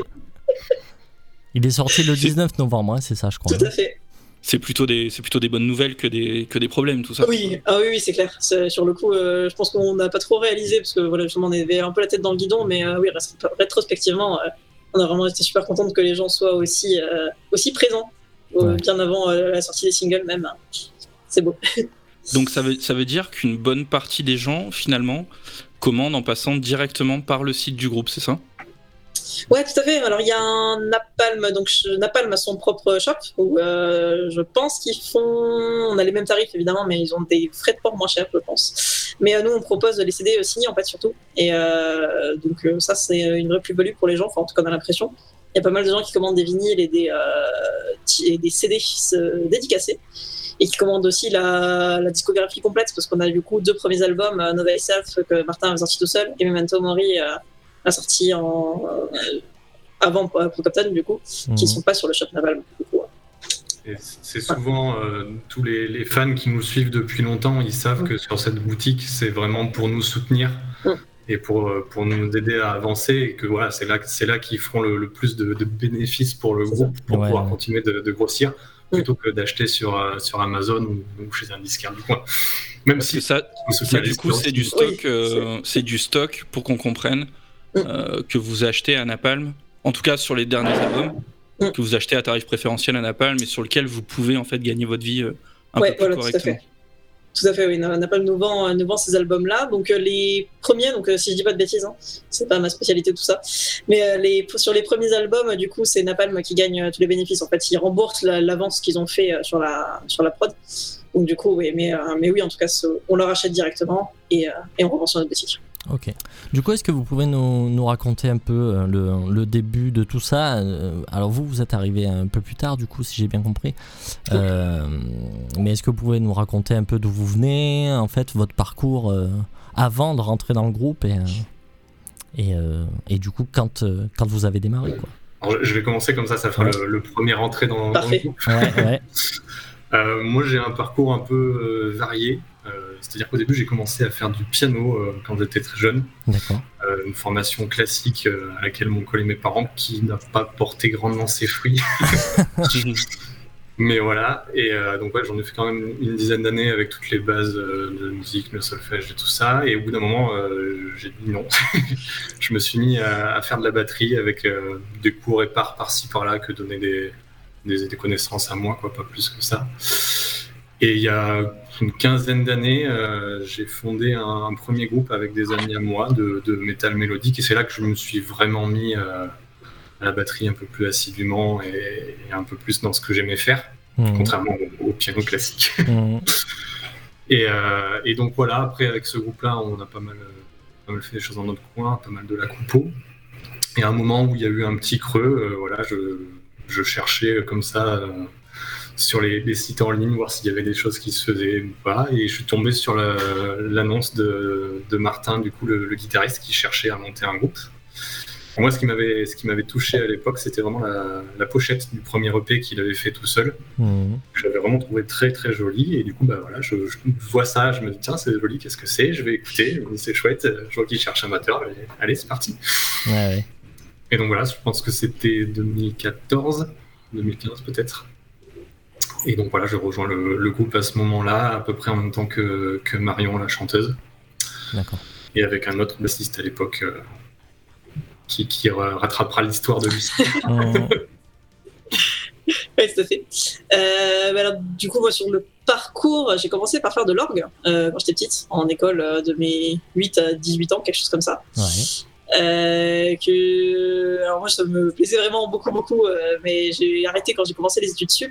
Speaker 2: Il est sorti le 19 novembre, hein, c'est ça je crois.
Speaker 4: Tout à fait.
Speaker 3: C'est plutôt des bonnes nouvelles que des problèmes, tout ça.
Speaker 4: Oui, c'est clair. Sur le coup, je pense qu'on n'a pas trop réalisé, parce que voilà, justement on avait un peu la tête dans le guidon, mais oui, rétrospectivement, on a vraiment été super contente que les gens soient aussi présents, bien avant la sortie des singles même. C'est beau.
Speaker 3: Donc ça veut dire qu'une bonne partie des gens, finalement, commandent en passant directement par le site du groupe, c'est ça ?
Speaker 4: Ouais, tout à fait. Alors il y a un Napalm, donc Napalm a son propre shop où je pense qu'ils font, on a les mêmes tarifs évidemment, mais ils ont des frais de port moins chers, je pense. Mais nous on propose les CD signés en fait surtout, et donc ça c'est une vraie plus-value pour les gens, enfin en tout cas on a l'impression. Il y a pas mal de gens qui commandent des vinyles et des CD dédicacés. Et qui commandent aussi la discographie complète, parce qu'on a du coup 2 premiers albums, Nova Self, que Martin avait sorti tout seul, et Memento Mori a sorti avant pour Captain, du coup, qui sont pas sur le shop Naval. Du coup,
Speaker 5: Et c'est souvent tous les fans qui nous suivent depuis longtemps, ils savent que sur cette boutique, c'est vraiment pour nous soutenir et pour nous aider à avancer, et que voilà, c'est là qu'ils feront le plus de bénéfices pour le groupe, pour pouvoir continuer de grossir, plutôt que d'acheter sur Amazon ou chez un disquaire du coin. Même si
Speaker 3: ça du coup, c'est du stock, c'est du stock pour qu'on comprenne que vous achetez à Napalm, en tout cas sur les derniers albums, que vous achetez à tarif préférentiel à Napalm, mais sur lequel vous pouvez en fait gagner votre vie un peu plus correctement.
Speaker 4: Tout à fait, oui. Napalm nous vend ces albums-là. Donc les premiers, donc si je dis pas de bêtises, c'est pas ma spécialité tout ça, mais sur les premiers albums, du coup, c'est Napalm qui gagne tous les bénéfices. En fait, ils remboursent l'avance qu'ils ont fait sur la prod. Donc du coup, oui, mais oui, en tout cas, on leur achète directement et on revend sur notre boutique.
Speaker 2: Ok. Du coup, est-ce que vous pouvez nous raconter un peu le début de tout ça ? Alors vous êtes arrivé un peu plus tard, du coup, si j'ai bien compris. Mais est-ce que vous pouvez nous raconter un peu d'où vous venez, en fait, votre parcours avant de rentrer dans le groupe et du coup, quand vous avez démarré, quoi.
Speaker 5: Alors, je vais commencer comme ça fera le premier entrée dans le groupe.
Speaker 2: Ouais.
Speaker 5: Moi, j'ai un parcours un peu varié. C'est-à-dire qu'au début, j'ai commencé à faire du piano quand j'étais très jeune.
Speaker 2: D'accord.
Speaker 5: Une formation classique à laquelle m'ont collé mes parents, qui n'a pas porté grandement ses fruits. Mais voilà, et donc j'en ai fait quand même une dizaine d'années avec toutes les bases de musique, le solfège et tout ça. Et au bout d'un moment, j'ai dit non. Je me suis mis à faire de la batterie avec des cours épars par-ci par-là que donnaient des connaissances à moi, quoi, pas plus que ça. Et il y a une quinzaine d'années, j'ai fondé un premier groupe avec des amis à moi de métal mélodique, et c'est là que je me suis vraiment mis à la batterie un peu plus assidûment et un peu plus dans ce que j'aimais faire, contrairement au piano classique. Et donc voilà, après avec ce groupe-là, on a pas mal fait des choses dans notre coin, pas mal de la compo. Et à un moment où il y a eu un petit creux, je cherchais comme ça sur les sites en ligne, voir s'il y avait des choses qui se faisaient ou pas, et je suis tombé sur l'annonce de Martin, du coup le guitariste, qui cherchait à monter un groupe. Pour moi, ce qui m'avait touché à l'époque, c'était vraiment la pochette du premier EP qu'il avait fait tout seul. J'avais vraiment trouvé très très joli, et du coup je vois ça, je me dis tiens, c'est joli, qu'est-ce que c'est, je vais écouter, je me dis c'est chouette, je vois qu'il cherche un batteur, allez c'est parti.
Speaker 2: Ouais.
Speaker 5: Et donc voilà, je pense que c'était 2014, 2015 peut-être. Et donc voilà, je rejoins le groupe à ce moment-là, à peu près en même temps que Marion, la chanteuse.
Speaker 2: D'accord.
Speaker 5: Et avec un autre bassiste à l'époque qui rattrapera l'histoire de lui.
Speaker 4: Oui, tout à fait. Alors, du coup, moi, sur le parcours, j'ai commencé par faire de l'orgue quand j'étais petite, en école de mes 8 à 18 ans, quelque chose comme ça.
Speaker 2: Ouais.
Speaker 4: Alors moi, ça me plaisait vraiment beaucoup, mais j'ai arrêté quand j'ai commencé les études sup.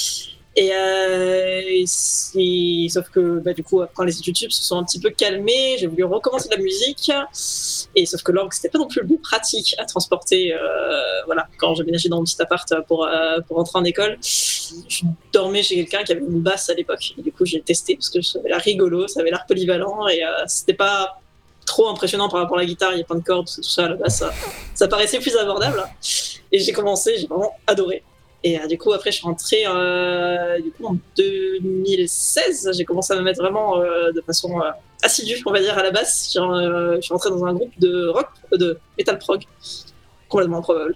Speaker 4: Sauf que du coup, après les études sup se sont un petit peu calmées, j'ai voulu recommencer la musique, et sauf que l'orgue, c'était pas non plus le plus pratique à transporter. Quand j'ai ménagé dans mon petit appart pour rentrer en école, je dormais chez quelqu'un qui avait une basse à l'époque, et du coup j'ai testé parce que ça avait l'air rigolo, ça avait l'air polyvalent, et c'était pas trop impressionnant par rapport à la guitare, il y a plein de cordes, tout ça, à la basse, ça paraissait plus abordable, et j'ai commencé, j'ai vraiment adoré. Et du coup, après, je suis rentrée en 2016. J'ai commencé à me mettre vraiment de façon assidue, on va dire, à la basse. Je suis rentrée dans un groupe de rock, de metal prog, complètement improbable.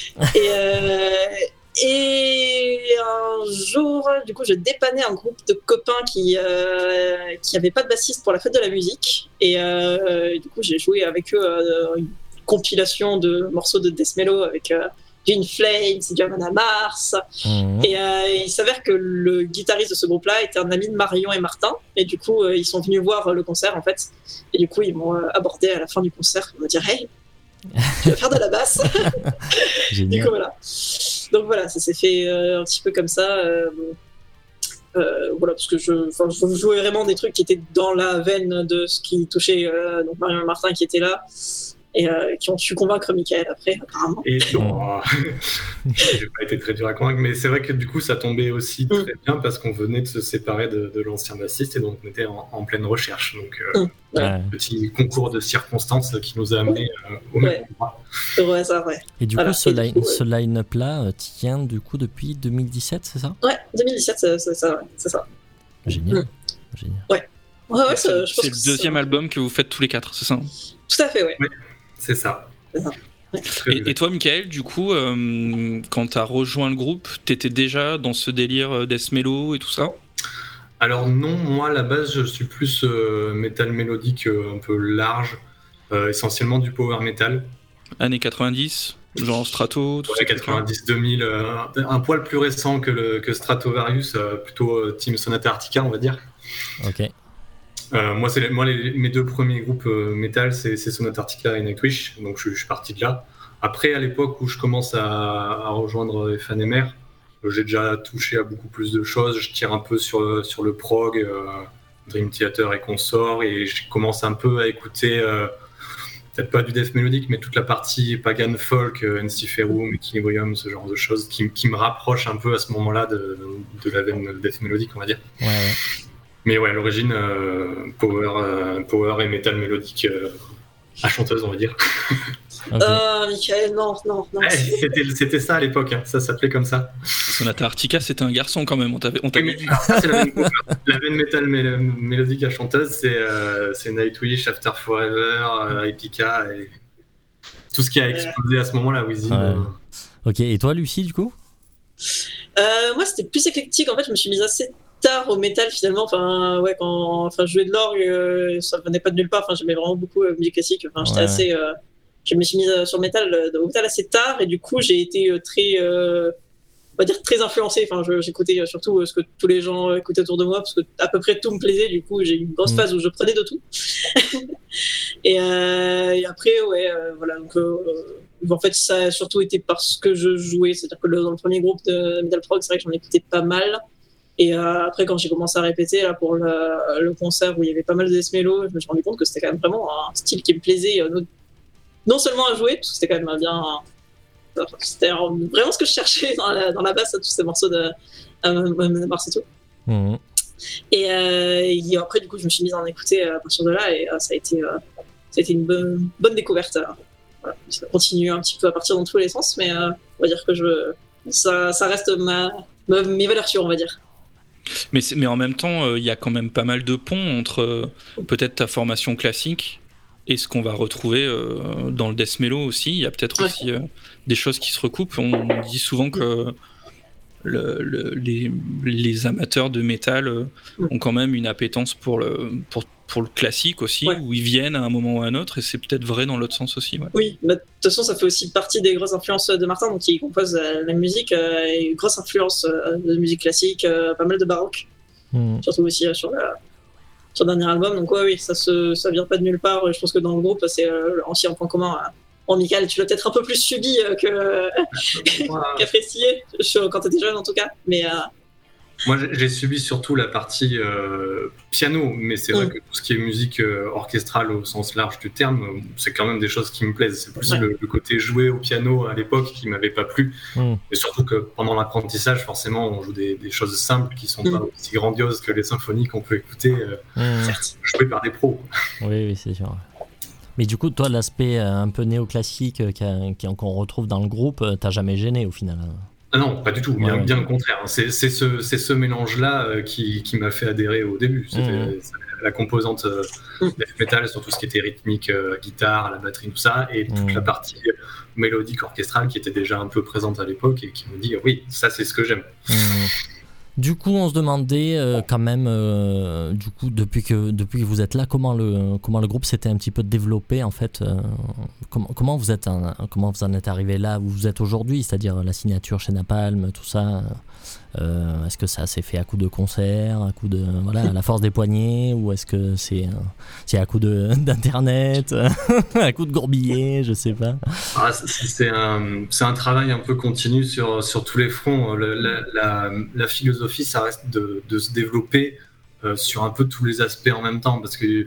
Speaker 4: Et un jour, du coup, je dépannais un groupe de copains qui avait pas de bassiste pour la fête de la musique. Et du coup, j'ai joué avec eux une compilation de morceaux de death mellow avec In Flames, German à Mars. Et il s'avère que le guitariste de ce groupe-là était un ami de Marion et Martin. Et du coup, ils sont venus voir le concert, en fait. Et du coup, ils m'ont abordé à la fin du concert. Ils m'ont dit « Hey, tu vas faire de la basse ?» Du coup, voilà. Donc voilà, ça s'est fait un petit peu comme ça. Parce que je jouais vraiment des trucs qui étaient dans la veine de ce qui touchait donc Marion et Martin qui étaient là. et qui ont su convaincre Michael après, apparemment.
Speaker 5: Et non, j'ai pas été très dur à convaincre, mais c'est vrai que du coup ça tombait aussi très bien parce qu'on venait de se séparer de l'ancien bassiste et donc on était en pleine recherche. Donc petit concours de circonstances qui nous a amenés au même endroit.
Speaker 4: Ouais, ça, ouais.
Speaker 2: Et du coup, ce line-up là tient du coup depuis 2017, c'est ça ?
Speaker 4: Ouais, 2017, c'est ça.
Speaker 2: Génial.
Speaker 4: Ouais,
Speaker 3: c'est le deuxième album que vous faites tous les 4, c'est ça ?
Speaker 4: Tout à fait, ouais.
Speaker 5: C'est ça.
Speaker 4: Ouais.
Speaker 3: Et toi, Michael, du coup, quand t'as rejoint le groupe, t'étais déjà dans ce délire death mellow et tout ça ?
Speaker 5: Alors non, moi à la base, je suis plus métal mélodique un peu large, essentiellement du power metal.
Speaker 3: Années 90, genre Strato, tout ça.
Speaker 5: 90-2000, un poil plus récent que Stratovarius, plutôt Team Sonata Arctica, on va dire.
Speaker 2: Ok.
Speaker 5: Mes deux premiers groupes metal, c'est Sonata Arctica et Nightwish, donc je suis parti de là. Après, à l'époque où je commence à rejoindre FNMR, j'ai déjà touché à beaucoup plus de choses. Je tire un peu sur le prog, Dream Theater et consorts, et je commence un peu à écouter, peut-être pas du death mélodique, mais toute la partie pagan folk, Ensiferum, Equilibrium, ce genre de choses, qui me rapproche un peu à ce moment-là de la veine death mélodique, on va dire.
Speaker 2: Ouais.
Speaker 5: Mais ouais, à l'origine, power et metal mélodique à chanteuse, on va dire.
Speaker 2: Okay.
Speaker 4: Michael, non.
Speaker 5: Ouais, c'était ça à l'époque, hein. Ça s'appelait comme ça.
Speaker 3: Sonata Arctica, c'était un garçon quand même, on t'avait dit.
Speaker 5: Ça, c'est la veine metal mélodique à chanteuse, c'est Nightwish, After Forever, Epica, et tout ce qui a explosé à ce moment-là, Wizzy.
Speaker 2: Ok, et toi, Lucie, du coup ?
Speaker 4: Moi, c'était plus éclectique. En fait, je me suis mise assez tard au métal finalement. Enfin, ouais, quand je jouais de l'orgue, ça venait pas de nulle part. Enfin, j'aimais vraiment beaucoup la musique classique. Enfin, j'étais assez. Je me suis mise sur au métal assez tard et du coup, j'ai été très, on va dire très influencée. Enfin, j'écoutais surtout ce que tous les gens écoutaient autour de moi parce que à peu près tout me plaisait. Du coup, j'ai eu une grosse phase où je prenais de tout. et après, voilà. Donc, en fait, ça a surtout été parce que je jouais. C'est-à-dire que dans le premier groupe de metal prog, c'est vrai que j'en écoutais pas mal. Et après, quand j'ai commencé à répéter là, pour le concert où il y avait pas mal de death mellow, je me suis rendu compte que c'était quand même vraiment un style qui me plaisait, non seulement à jouer, parce que c'était quand même bien. C'était vraiment ce que je cherchais dans la basse, tous ces morceaux de Mars et tout.
Speaker 2: Mmh.
Speaker 4: Et après, du coup, je me suis mise à en écouter à partir de là, et ça a été une bonne découverte. Voilà. Ça continue un petit peu à partir dans tous les sens, mais on va dire que ça reste mes valeurs sûres, on va dire.
Speaker 3: Mais en même temps, il y a quand même pas mal de ponts entre peut-être ta formation classique et ce qu'on va retrouver dans le death mellow aussi. Il y a peut-être aussi des choses qui se recoupent. On dit souvent que les amateurs de métal ont quand même une appétence pour le classique aussi, où ils viennent à un moment ou à un autre, et c'est peut-être vrai dans l'autre sens aussi. Ouais.
Speaker 4: Oui, de toute façon, ça fait aussi partie des grosses influences de Martin, donc il compose la musique, et une grosse influence de musique classique, pas mal de baroque, surtout aussi sur le dernier album. Donc oui, ça vient pas de nulle part. Je pense que dans le groupe, c'est aussi un point commun. Michael, tu l'as peut-être un peu plus subi qu'apprécié quand tu étais jeune en tout cas, mais
Speaker 5: moi j'ai subi surtout la partie piano, mais c'est vrai que tout ce qui est musique orchestrale au sens large du terme, c'est quand même des choses qui me plaisent. C'est plus le côté jouer au piano à l'époque qui m'avait pas plu, et surtout que pendant l'apprentissage, forcément, on joue des choses simples qui sont pas aussi grandioses que les symphonies qu'on peut écouter jouées par des pros.
Speaker 2: Oui, c'est sûr. Mais du coup, toi, l'aspect un peu néoclassique qu'on retrouve dans le groupe, t'as jamais gêné au final?
Speaker 5: Ah non, pas du tout, bien le contraire. C'est ce mélange-là qui m'a fait adhérer au début. C'était la composante death metal sur tout ce qui était rythmique, guitare, la batterie, tout ça, et toute la partie mélodique orchestrale qui était déjà un peu présente à l'époque et qui me dit oui, ça c'est ce que j'aime.
Speaker 2: Du coup, on se demandait quand même, du coup, depuis que vous êtes là, comment le groupe s'était un petit peu développé en fait. Comment vous en êtes arrivé là où vous êtes aujourd'hui, c'est-à-dire la signature chez Napalm, tout ça. Est-ce que ça s'est fait à coup de concert, à coup de à la force des poignets, ou est-ce que c'est à coup d'internet, à coup de gourbillet, je sais pas.
Speaker 5: C'est un travail un peu continu sur tous les fronts. La philosophie, ça reste de se développer sur un peu tous les aspects en même temps, parce que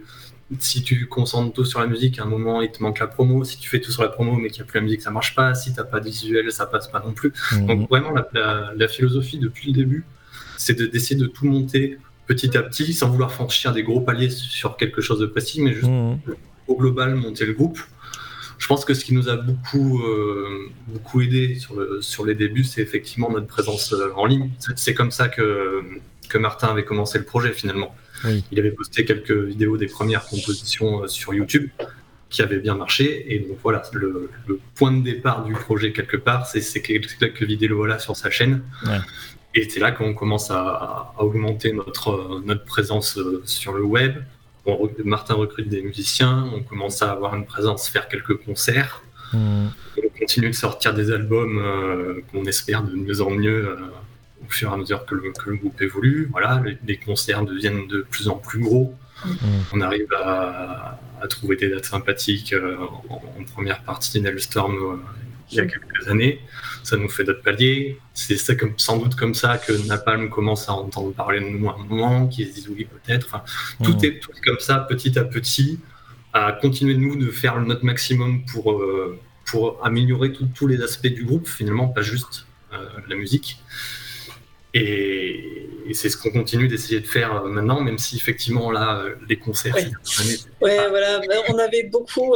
Speaker 5: si tu concentres tout sur la musique, à un moment, il te manque la promo. Si tu fais tout sur la promo, mais qu'il n'y a plus la musique, ça marche pas. Si t'as pas de visuel, ça passe pas non plus. Donc vraiment, la philosophie depuis le début, c'est d'essayer de tout monter petit à petit, sans vouloir franchir des gros paliers sur quelque chose de précis, mais juste au global, monter le groupe. Je pense que ce qui nous a beaucoup aidé sur les débuts, c'est effectivement notre présence en ligne. C'est comme ça que Martin avait commencé le projet finalement. Oui. Il avait posté quelques vidéos des premières compositions sur YouTube qui avaient bien marché. Et donc voilà, le point de départ du projet quelque part, c'est quelques vidéos là sur sa chaîne. Ouais. Et c'est là qu'on commence à augmenter notre présence sur le web. Martin recrute des musiciens, on commence à avoir une présence, faire quelques concerts. On continue de sortir des albums qu'on espère de mieux en mieux au fur et à mesure que le groupe évolue. Voilà, les concerts deviennent de plus en plus gros. On arrive à trouver des dates sympathiques en première partie d'Hellstorm il y a quelques années. Ça nous fait d'autres paliers. C'est sans doute comme ça que Napalm commence à entendre parler de nous à un moment, qu'ils se disent oui peut-être. Enfin, tout est comme ça, petit à petit, à continuer de faire notre maximum pour améliorer tous les aspects du groupe, finalement, pas juste la musique. Et c'est ce qu'on continue d'essayer de faire maintenant, même si effectivement là, les concerts.
Speaker 4: Voilà, on avait beaucoup.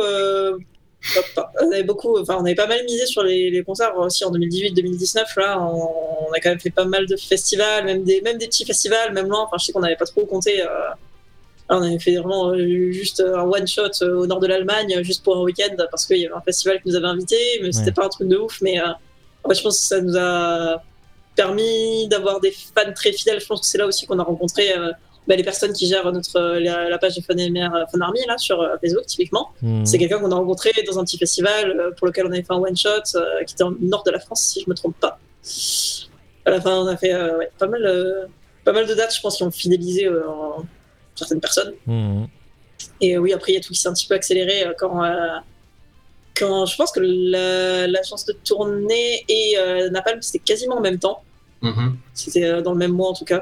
Speaker 4: On avait pas mal misé sur les concerts aussi en 2018-2019. Là, on a quand même fait pas mal de festivals, même des petits festivals, même loin. Enfin, je sais qu'on n'avait pas trop compté. On avait fait vraiment juste un one shot au nord de l'Allemagne, juste pour un week-end, parce qu'il y avait un festival qui nous avait invités, mais c'était pas un truc de ouf. Mais en fait, je pense que ça nous a permis d'avoir des fans très fidèles. Je pense que c'est là aussi qu'on a rencontré les personnes qui gèrent la page de Fun Army là, sur Facebook, typiquement. C'est quelqu'un qu'on a rencontré dans un petit festival pour lequel on avait fait un one-shot qui était au nord de la France, si je ne me trompe pas. À la fin, on a fait pas mal de dates, je pense, qui ont fidélisé certaines personnes. Et oui, après, il y a tout qui s'est un petit peu accéléré quand je pense que l'agence de tournée et Napalm, c'était quasiment en même temps. C'était dans le même mois, en tout cas.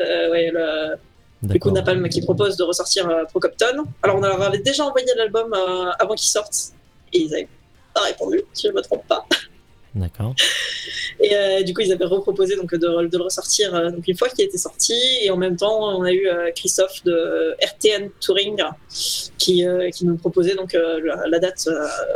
Speaker 4: Du coup, Napalm qui propose de ressortir Procopton. Alors, on leur avait déjà envoyé l'album avant qu'il sorte. Et ils n'avaient pas répondu, si je ne me trompe pas.
Speaker 2: D'accord.
Speaker 4: Et du coup, ils avaient reproposé donc, de le ressortir donc, une fois qu'il était sorti. Et en même temps, on a eu Christophe de RTN Touring qui nous proposait donc, la date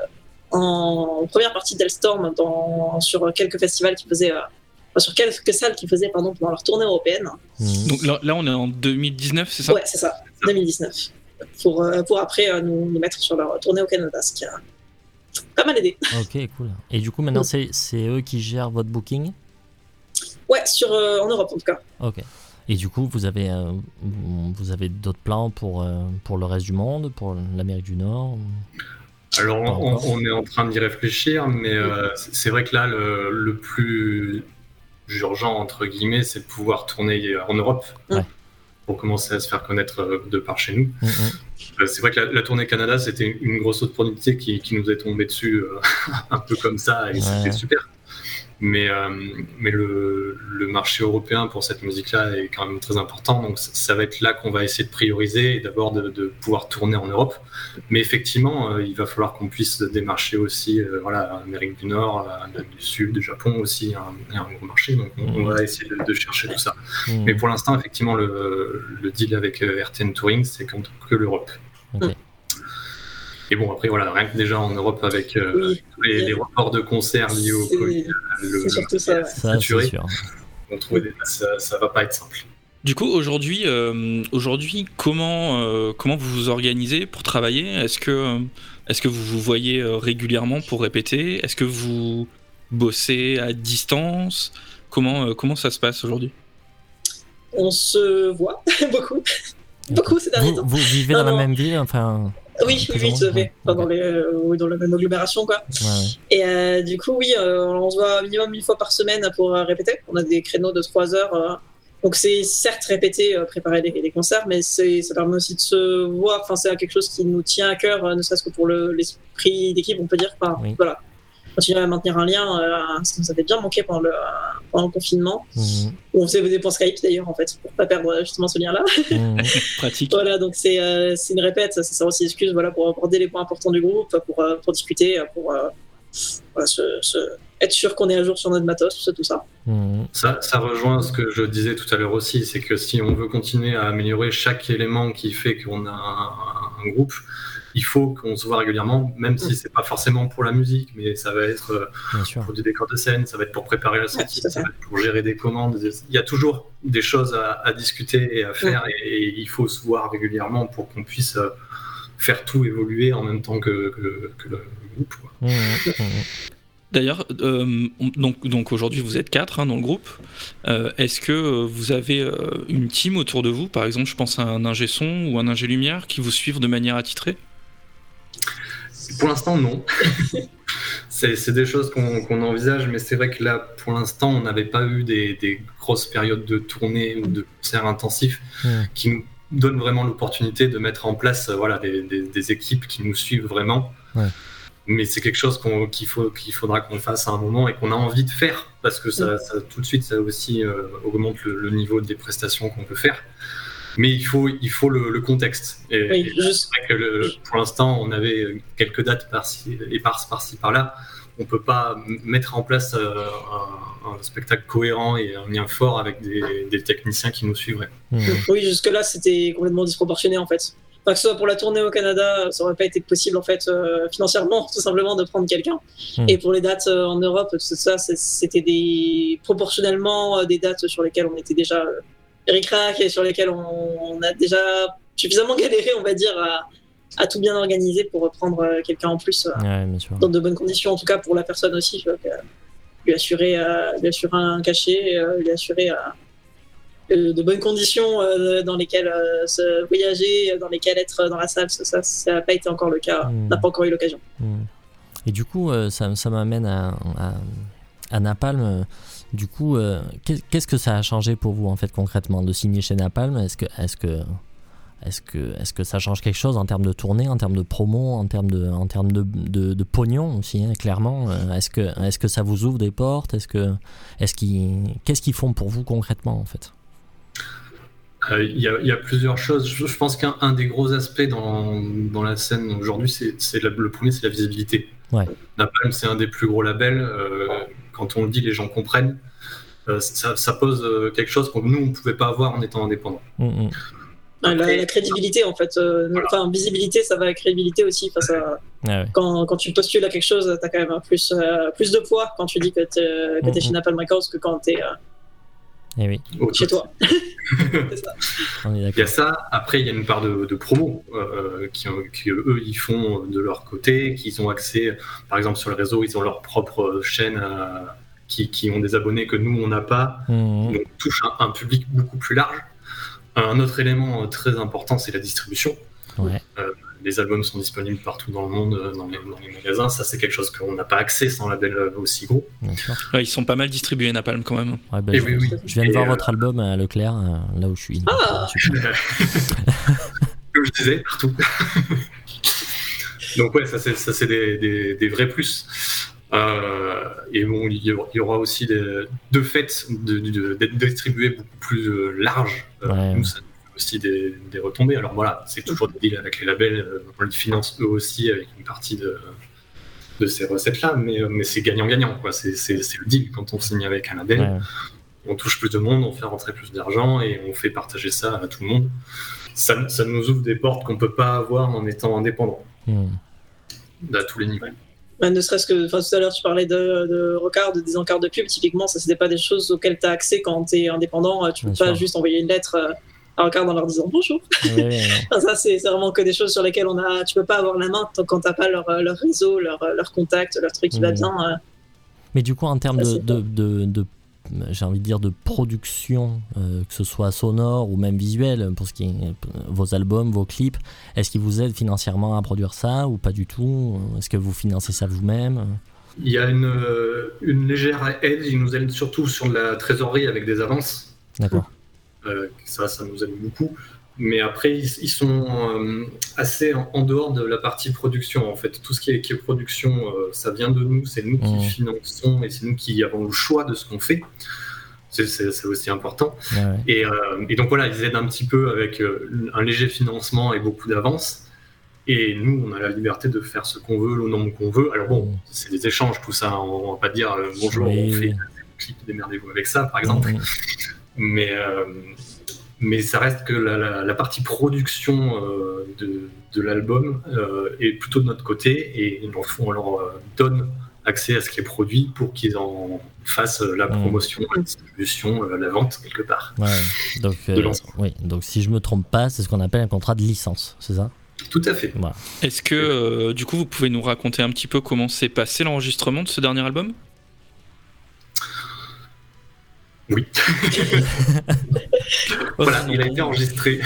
Speaker 4: en première partie d'Hellstorm sur quelques festivals qui faisaient... sur quelques salles qu'ils faisaient pendant leur tournée européenne.
Speaker 3: Donc là, on est en 2019, c'est ça ?
Speaker 4: Ouais, c'est ça, 2019. Pour après nous mettre sur leur tournée au Canada, ce qui a pas mal aidé.
Speaker 2: Ok, cool. Et du coup, maintenant, c'est eux qui gèrent votre booking ?
Speaker 4: Ouais, en Europe en tout cas.
Speaker 2: Ok. Et du coup, vous avez d'autres plans pour le reste du monde, pour l'Amérique du Nord ?
Speaker 5: Alors, on est en train d'y réfléchir, mais c'est vrai que là, le plus urgent, entre guillemets, c'est de pouvoir tourner en Europe pour commencer à se faire connaître de par chez nous. C'est vrai que la tournée Canada, c'était une grosse opportunité qui nous est tombée dessus un peu comme ça, et c'était super. Mais le marché européen pour cette musique-là est quand même très important, donc ça va être là qu'on va essayer de prioriser et d'abord de pouvoir tourner en Europe. Mais effectivement, il va falloir qu'on puisse démarcher aussi Amérique du Nord, Amérique du Sud, Japon aussi, un gros marché, donc on va essayer de chercher tout ça. Mais pour l'instant, effectivement, le deal avec RTN Touring, c'est que l'Europe.
Speaker 2: Okay.
Speaker 5: Et bon, après, rien que déjà en Europe, avec les reports de concerts liés au Covid,
Speaker 4: c'est surtout ça.
Speaker 2: Ça, c'est sûr.
Speaker 5: On trouve ça va pas être simple.
Speaker 3: Du coup, aujourd'hui, comment vous vous organisez pour travailler ? Est-ce que vous vous voyez régulièrement pour répéter ? Est-ce que vous bossez à distance ? Comment ça se passe aujourd'hui ?
Speaker 4: On se voit beaucoup ces derniers temps.
Speaker 2: Vous vivez dans la même ville, enfin...
Speaker 4: Oui, tout à fait. Enfin, dans la même agglomération, quoi. Ouais. Et du coup, on se voit minimum 1 fois par semaine pour répéter. On a des créneaux de 3 heures. Donc, c'est certes répéter, préparer des concerts, mais ça permet aussi de se voir. Enfin, c'est quelque chose qui nous tient à cœur, ne serait-ce que pour l'esprit d'équipe, on peut dire. Enfin, voilà. Continuer à maintenir un lien, ça nous avait bien manqué pendant pendant le confinement. Où on faisait des points Skype d'ailleurs, en fait, pour pas perdre justement ce lien-là.
Speaker 3: Pratique.
Speaker 4: Voilà, donc c'est une répète, ça sert aussi d'excuse voilà, pour aborder les points importants du groupe, pour discuter, pour voilà, être sûr qu'on est à jour sur notre matos, tout ça.
Speaker 5: Ça rejoint ce que je disais tout à l'heure aussi, c'est que si on veut continuer à améliorer chaque élément qui fait qu'on a un groupe, il faut qu'on se voit régulièrement, même si c'est pas forcément pour la musique, mais ça va être pour du décor de scène, ça va être pour préparer la sortie, ça va être pour gérer des commandes. Il y a toujours des choses à discuter et à faire, et il faut se voir régulièrement pour qu'on puisse faire tout évoluer en même temps que le groupe, quoi.
Speaker 3: D'ailleurs, donc aujourd'hui vous êtes 4 dans le groupe. Est-ce que vous avez une team autour de vous? Par exemple, je pense à un ingé son ou un ingé lumière qui vous suivent de manière attitrée?
Speaker 5: Pour l'instant, non. c'est des choses qu'on envisage, mais c'est vrai que là, pour l'instant, on n'avait pas eu des grosses périodes de tournée ou de concerts intensifs qui nous donnent vraiment l'opportunité de mettre en place des équipes qui nous suivent vraiment. Mais c'est quelque chose qu'il faudra qu'on fasse à un moment et qu'on a envie de faire, parce que ça tout de suite, ça aussi augmente le niveau des prestations qu'on peut faire. Mais il faut le contexte. Et c'est vrai que pour l'instant, on avait quelques dates éparses par-ci par-là. On peut pas mettre en place un spectacle cohérent et un lien fort avec des techniciens qui nous suivraient.
Speaker 4: Oui, jusque-là, c'était complètement disproportionné en fait. Enfin, que ce soit pour la tournée au Canada, ça aurait pas été possible en fait financièrement, tout simplement, de prendre quelqu'un. Et pour les dates en Europe, tout ça, c'était proportionnellement des dates sur lesquelles on était déjà ric-rac et sur lesquelles on a déjà suffisamment galéré, on va dire, à tout bien organiser pour prendre quelqu'un en plus dans de bonnes conditions, en tout cas pour la personne aussi, lui assurer un cachet, lui assurer de bonnes conditions dans lesquelles se voyager, dans lesquelles être dans la salle, ça n'a pas été encore le cas, on n'a pas encore eu l'occasion.
Speaker 2: Et du coup, ça m'amène à Napalm. Du coup, qu'est-ce que ça a changé pour vous en fait concrètement de signer chez Napalm? Est-ce que ça change quelque chose en termes de tournée, en termes de promo, en termes de pognon aussi, clairement? Est-ce que ça vous ouvre des portes? Qu'est-ce qu'ils font pour vous concrètement en fait?
Speaker 5: Il y a plusieurs choses. Je pense qu'un des gros aspects dans la scène aujourd'hui, c'est le premier, c'est la visibilité. Napalm, c'est un des plus gros labels. Quand on le dit, les gens comprennent. Ça pose quelque chose que nous, on ne pouvait pas avoir en étant indépendant.
Speaker 4: La crédibilité, en fait. Enfin, visibilité, ça va avec crédibilité aussi. Quand tu postules à quelque chose, tu as quand même plus de poids quand tu dis que tu es chez Napalm Records que quand tu es chez toi. C'est ça.
Speaker 5: Il y a ça. Après, il y a une part de promo qui eux, ils font de leur côté, qu'ils ont accès, par exemple, sur le réseau, ils ont leur propre chaîne qui ont des abonnés que nous, on n'a pas. Donc, touche un public beaucoup plus large. Un autre élément très important, c'est la distribution. Les albums sont disponibles partout dans le monde, dans les magasins. Ça, c'est quelque chose qu'on n'a pas accès sans label aussi gros.
Speaker 3: Ils sont pas mal distribués, Napalm, quand même.
Speaker 2: Je viens de voir votre album à Leclerc, là où je suis.
Speaker 5: Comme je disais, partout. Donc ça c'est des vrais plus. Et bon, il y aura aussi de fait d'être distribué beaucoup plus large. Nous, ça aussi des retombées. Alors voilà, c'est toujours des deals avec les labels, on les finance eux aussi avec une partie de ces recettes-là, mais c'est gagnant-gagnant, quoi. C'est le deal quand on signe avec un label. On touche plus de monde, on fait rentrer plus d'argent et on fait partager ça à tout le monde. Ça nous ouvre des portes qu'on peut pas avoir en étant indépendant à tous les niveaux.
Speaker 4: Ne serait-ce que, tout à l'heure, tu parlais de recards, de désencarts de pub. Typiquement, ça, c'était pas des choses auxquelles tu as accès quand tu es indépendant. Tu peux pas juste envoyer une lettre à Record en leur disant bonjour. Ça, c'est vraiment que des choses sur lesquelles tu peux pas avoir la main quand t'as pas leur réseau, leur contact, leur truc qui va bien.
Speaker 2: Mais du coup, en termes de j'ai envie de dire de production, que ce soit sonore ou même visuel, pour ce qui est vos albums, vos clips, est-ce qu'ils vous aident financièrement à produire ça ou pas du tout? Est-ce que vous financez ça vous-même?
Speaker 5: Il y a une légère aide, ils nous aident surtout sur la trésorerie avec des avances.
Speaker 2: D'accord.
Speaker 5: Ça nous aide beaucoup. Mais après, ils sont assez en dehors de la partie production, en fait. Tout ce qui est production, ça vient de nous, c'est nous qui finançons et c'est nous qui avons le choix de ce qu'on fait. C'est aussi important. Et donc voilà, ils aident un petit peu avec un léger financement et beaucoup d'avance. Et nous, on a la liberté de faire ce qu'on veut, le nombre qu'on veut. Alors bon, c'est des échanges, tout ça. On va pas dire bonjour, on fait un clip, démerdez-vous avec ça, par exemple. Mais ça reste que la partie production de l'album est plutôt de notre côté et on leur donne accès à ce qui est produit pour qu'ils en fassent la promotion, la distribution, la vente quelque part.
Speaker 2: Donc si je me trompe pas, c'est ce qu'on appelle un contrat de licence, c'est ça ?
Speaker 5: Tout à fait.
Speaker 2: Voilà.
Speaker 3: Est-ce que du coup vous pouvez nous raconter un petit peu comment s'est passé l'enregistrement de ce dernier album ?
Speaker 5: Oui. Voilà, il a été enregistré.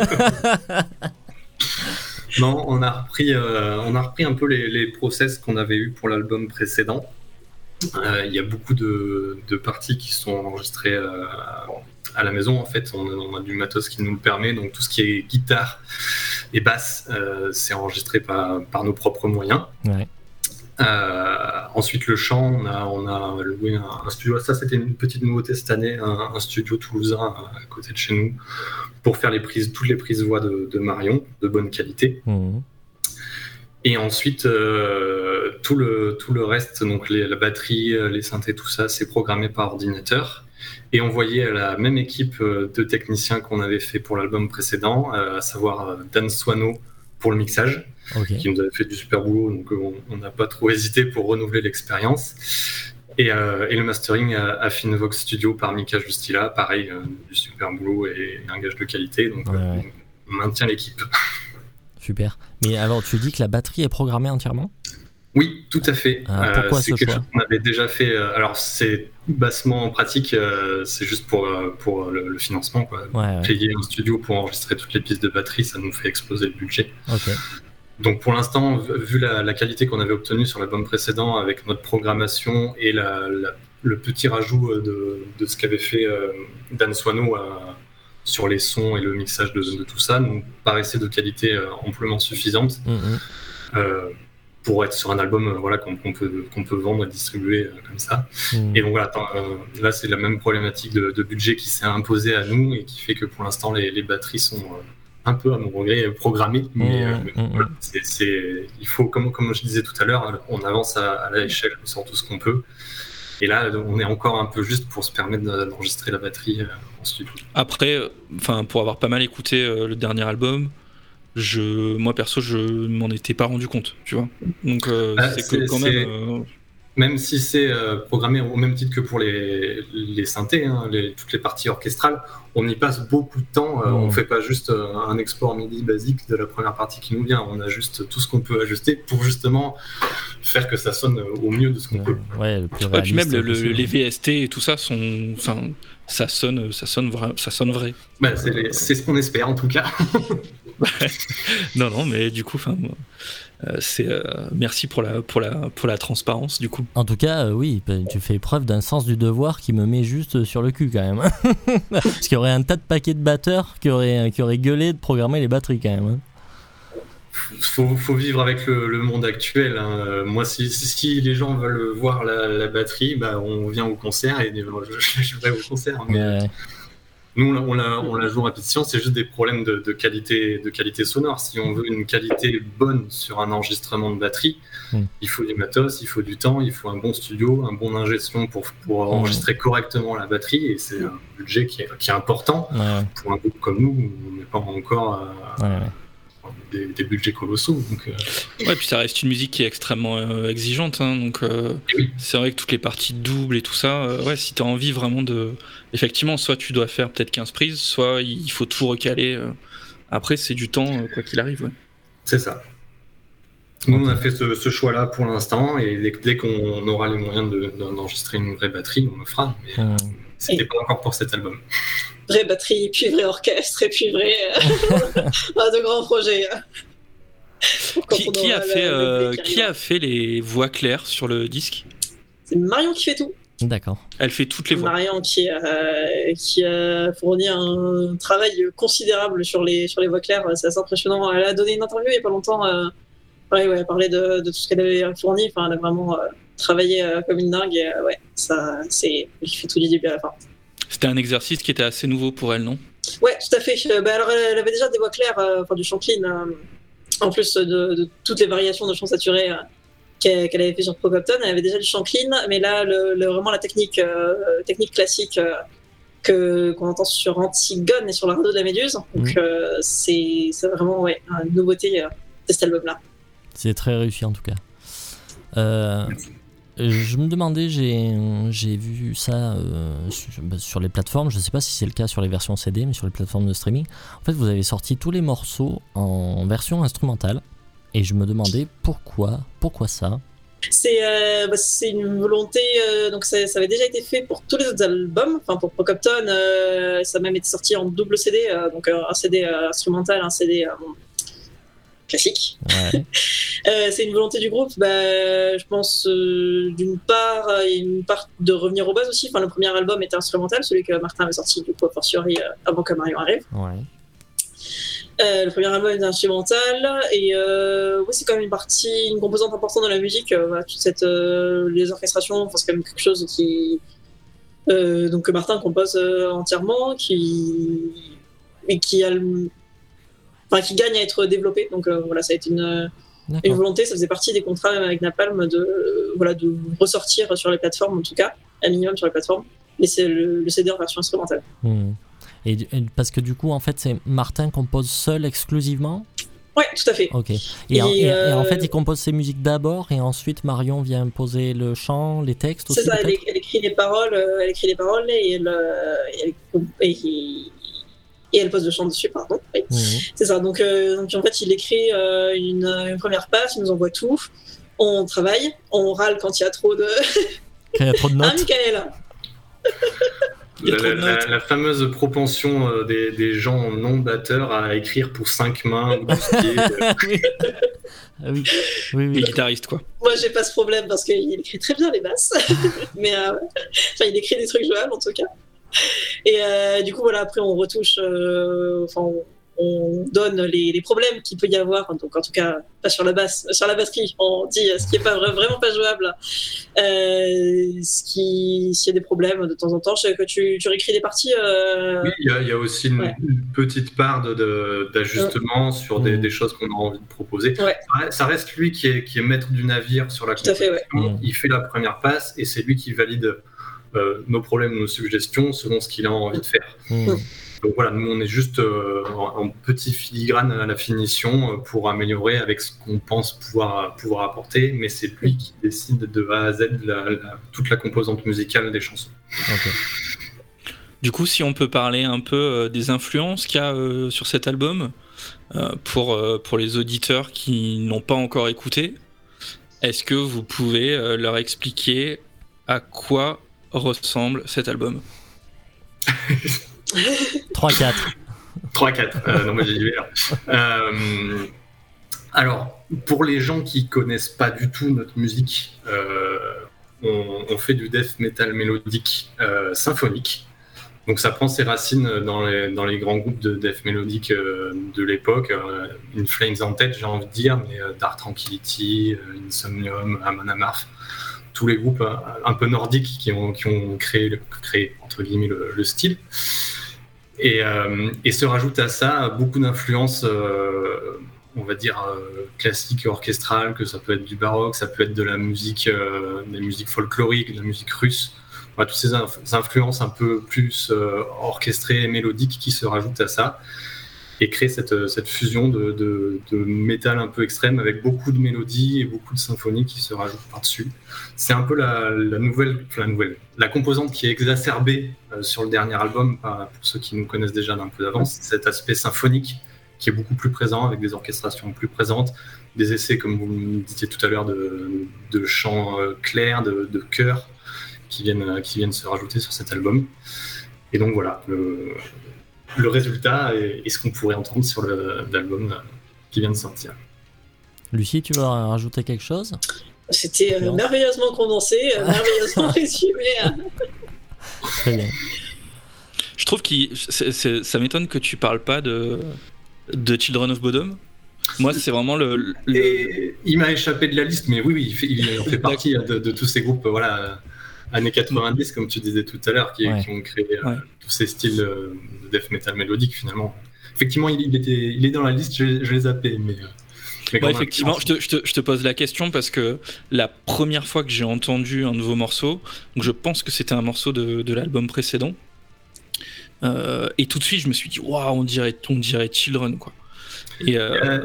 Speaker 5: Non, on a repris un peu les process qu'on avait eu pour l'album précédent. Il y a beaucoup de parties qui sont enregistrées à la maison, en fait. On a du matos qui nous le permet, donc tout ce qui est guitare et basse, c'est enregistré par nos propres moyens.
Speaker 2: Ouais.
Speaker 5: Ensuite, le chant, on a loué un studio. Ça, c'était une petite nouveauté cette année, un studio toulousain à côté de chez nous, pour faire toutes les prises voix de Marion, de bonne qualité. Et ensuite, tout le reste, donc la batterie, les synthés, tout ça, c'est programmé par ordinateur et envoyé à la même équipe de techniciens qu'on avait fait pour l'album précédent, à savoir Dan Swano pour le mixage.
Speaker 2: Okay.
Speaker 5: Qui nous avait fait du super boulot, donc on n'a pas trop hésité pour renouveler l'expérience. Et le mastering à Finvox Studio par Mika Justila, pareil, du super boulot et un gage de qualité, donc on maintient l'équipe.
Speaker 2: Super. Mais alors, tu dis que la batterie est programmée entièrement ?
Speaker 5: Oui, tout à fait.
Speaker 2: Pourquoi
Speaker 5: c'est
Speaker 2: ce
Speaker 5: quelque
Speaker 2: choix ?
Speaker 5: chose qu'on avait déjà fait. Alors, c'est bassement pratique, c'est juste pour le financement, quoi. Payer un studio pour enregistrer toutes les pistes de batterie, ça nous fait exploser le budget.
Speaker 2: Okay.
Speaker 5: Donc pour l'instant, vu la qualité qu'on avait obtenue sur l'album précédent avec notre programmation et le petit rajout de ce qu'avait fait Dan Swano sur les sons et le mixage de tout ça, nous paraissait de qualité amplement suffisante pour être sur un album qu'on peut vendre et distribuer comme ça. Et donc voilà, là c'est la même problématique de budget qui s'est imposée à nous et qui fait que pour l'instant les batteries sont un peu à mon regret programmé, mais voilà, il faut, comme je disais tout à l'heure, on avance à l'échelle sur tout ce qu'on peut. Et là, on est encore un peu juste pour se permettre d'enregistrer la batterie en studio.
Speaker 3: Après, pour avoir pas mal écouté le dernier album, moi perso, je m'en étais pas rendu compte, tu vois. Donc
Speaker 5: même si c'est programmé au même titre que pour les synthés, toutes les parties orchestrales, on y passe beaucoup de temps. On fait pas juste un export MIDI basique de la première partie qui nous vient. On a juste tout ce qu'on peut ajuster pour justement faire que ça sonne au mieux de ce qu'on peut.
Speaker 2: Ouais, le plus
Speaker 3: réaliste. Et puis même
Speaker 2: possible.
Speaker 3: les VST et tout ça ça sonne vrai.
Speaker 5: Bah, c'est ce qu'on espère en tout cas.
Speaker 3: Non, mais du coup, merci pour la transparence du coup.
Speaker 2: En tout cas, oui, tu fais preuve d'un sens du devoir qui me met juste sur le cul quand même. Parce qu'il y aurait un tas de paquets de batteurs qui auraient gueulé de programmer les batteries quand même.
Speaker 5: Faut vivre avec le monde actuel. Moi, si les gens veulent voir la batterie, bah, on vient au concert et je vais au concert. Mais nous, on la joue en répétition, c'est juste des problèmes de qualité sonore. Si on veut une qualité bonne sur un enregistrement de batterie, il faut du matos, il faut du temps, il faut un bon studio, un bon ingé son pour enregistrer correctement la batterie. Et c'est un budget qui est important. Pour un groupe comme nous, on n'est pas encore des budgets colossaux. Donc,
Speaker 3: Ouais, puis ça reste une musique qui est extrêmement exigeante. Donc c'est vrai que toutes les parties doubles et tout ça, si tu as envie vraiment de... Effectivement, soit tu dois faire peut-être 15 prises, soit il faut tout recaler. Après, c'est du temps, quoi qu'il arrive. Ouais.
Speaker 5: C'est ça. Nous, on a fait ce choix-là pour l'instant, et dès qu'on aura les moyens d'enregistrer une vraie batterie, on le fera. Mais c'était pas encore pour cet album.
Speaker 4: Vraie batterie, puis vrai orchestre, et puis vrai... de grands projets.
Speaker 3: Qui a fait les voix claires sur le disque ?
Speaker 4: C'est Marion qui fait tout.
Speaker 2: D'accord.
Speaker 3: Elle fait toutes les voix.
Speaker 4: Marion qui a fourni un travail considérable sur les voix claires, c'est assez impressionnant. Elle a donné une interview il n'y a pas longtemps, elle parlait de tout ce qu'elle avait fourni. Enfin, elle a vraiment travaillé comme une dingue. Et, il fait tout du début à la fin.
Speaker 3: C'était un exercice qui était assez nouveau pour elle, non?
Speaker 4: Ouais, tout à fait. Alors, elle avait déjà des voix claires, du chant clean, en plus de toutes les variations de chant saturé qu'elle avait fait sur Procopton. Elle avait déjà du chant clean, mais là, vraiment la technique classique qu'on entend sur Antigone et sur la radeau de la Méduse. Donc, c'est vraiment une nouveauté de cet album-là.
Speaker 2: C'est très réussi en tout cas. Je me demandais, j'ai vu ça sur les plateformes, je ne sais pas si c'est le cas sur les versions CD, mais sur les plateformes de streaming. En fait, vous avez sorti tous les morceaux en version instrumentale, et je me demandais pourquoi ça.
Speaker 4: C'est une volonté, donc ça avait déjà été fait pour tous les autres albums, enfin pour Procopton, ça a même été sorti en double CD, donc un CD instrumental, un CD classique.
Speaker 2: Ouais.
Speaker 4: C'est une volonté du groupe, je pense d'une part, une part de revenir aux bases aussi. Enfin, le premier album était instrumental, celui que Martin avait sorti du coup a fortiori avant que Marion arrive.
Speaker 2: Ouais.
Speaker 4: Le premier album était instrumental et c'est quand même une composante importante de la musique. Toute les orchestrations, c'est quand même quelque chose que Martin compose entièrement, qui gagne à être développé. Donc ça a été une volonté, ça faisait partie des contrats même avec Napalm de ressortir sur les plateformes, en tout cas, un minimum sur les plateformes, mais c'est le CD en version instrumentale.
Speaker 2: Et parce que du coup, en fait, c'est Martin compose seul exclusivement ?
Speaker 4: Ouais, tout à fait.
Speaker 2: Ok. Et en fait, il compose ses musiques d'abord et ensuite Marion vient poser le chant, les textes aussi.
Speaker 4: C'est ça, elle écrit les paroles, et elle pose le chant dessus, pardon. Oui. C'est ça. Donc en fait, il écrit une première passe, il nous envoie tout, on travaille, on râle quand il y a trop de.
Speaker 2: Quand il y a trop de notes.
Speaker 4: Michael.
Speaker 5: La fameuse propension des gens non batteurs à écrire pour 5 mains ou 12 pieds.
Speaker 2: Oui.
Speaker 3: Les guitaristes, quoi.
Speaker 4: Moi, j'ai pas ce problème parce qu'il écrit très bien les basses. Mais il écrit des trucs jouables en tout cas. Et du coup, après, on retouche. On donne les problèmes qu'il peut y avoir, donc en tout cas pas sur la basse, sur la batterie, on dit ce qui est pas vraiment pas jouable, s'il y a des problèmes de temps en temps. Je sais que tu réécris des parties.
Speaker 5: Oui, il y a aussi une petite part d'ajustement sur des choses qu'on a envie de proposer.
Speaker 4: Ouais.
Speaker 5: Ça reste lui qui est maître du navire sur la composition. Il fait la première passe et c'est lui qui valide nos problèmes, nos suggestions selon ce qu'il a envie de faire. Donc voilà, nous on est juste en petit filigrane à la finition pour améliorer avec ce qu'on pense pouvoir apporter, mais c'est lui qui décide de A à Z toute la composante musicale des chansons.
Speaker 2: Okay.
Speaker 3: Du coup, si on peut parler un peu des influences qu'il y a sur cet album, pour les auditeurs qui n'ont pas encore écouté, est-ce que vous pouvez leur expliquer à quoi ressemble cet album?
Speaker 2: 3-4.
Speaker 5: 3-4. Non, moi j'ai dit alors, pour les gens qui connaissent pas du tout notre musique, on fait du death metal mélodique symphonique. Donc ça prend ses racines dans les grands groupes de death mélodique de l'époque, In Flames en tête, j'ai envie de dire, mais Dark Tranquillity, Insomnium, Amon Amarth, tous les groupes un peu nordiques qui ont créé entre guillemets le style. Et se rajoute à ça beaucoup d'influences, on va dire classiques et orchestrales, que ça peut être du baroque, ça peut être de la musique, des musiques folkloriques, de la musique russe. Voilà, toutes ces influences un peu plus orchestrées et mélodiques qui se rajoutent à ça et créent cette fusion de métal un peu extrême avec beaucoup de mélodies et beaucoup de symphonies qui se rajoutent par-dessus. C'est un peu la composante qui est exacerbée sur le dernier album, pour ceux qui nous connaissent déjà d'un peu d'avance, c'est cet aspect symphonique qui est beaucoup plus présent, avec des orchestrations plus présentes, des essais, comme vous me disiez tout à l'heure, de chants clairs, de chœurs qui viennent se rajouter sur cet album. Et donc voilà, le résultat est ce qu'on pourrait entendre sur l'album qui vient de sortir.
Speaker 2: Lucie, tu veux rajouter quelque chose ?
Speaker 4: C'était
Speaker 2: Non.
Speaker 4: merveilleusement condensé, merveilleusement résumé.
Speaker 2: Très bien.
Speaker 3: Je trouve ça m'étonne que tu parles pas de Children of Bodom. Moi, c'est vraiment le...
Speaker 5: Et il m'a échappé de la liste, mais oui, il en fait partie de tous ces groupes, années 90, comme tu disais tout à l'heure, qui ont créé tous ces styles de death metal mélodique, finalement. Effectivement, il est dans la liste, je l'ai zappé, mais
Speaker 3: effectivement, je te pose la question parce que la première fois que j'ai entendu un nouveau morceau, donc je pense que c'était un morceau de l'album précédent, et tout de suite, je me suis dit, waouh, on dirait Children, quoi. Et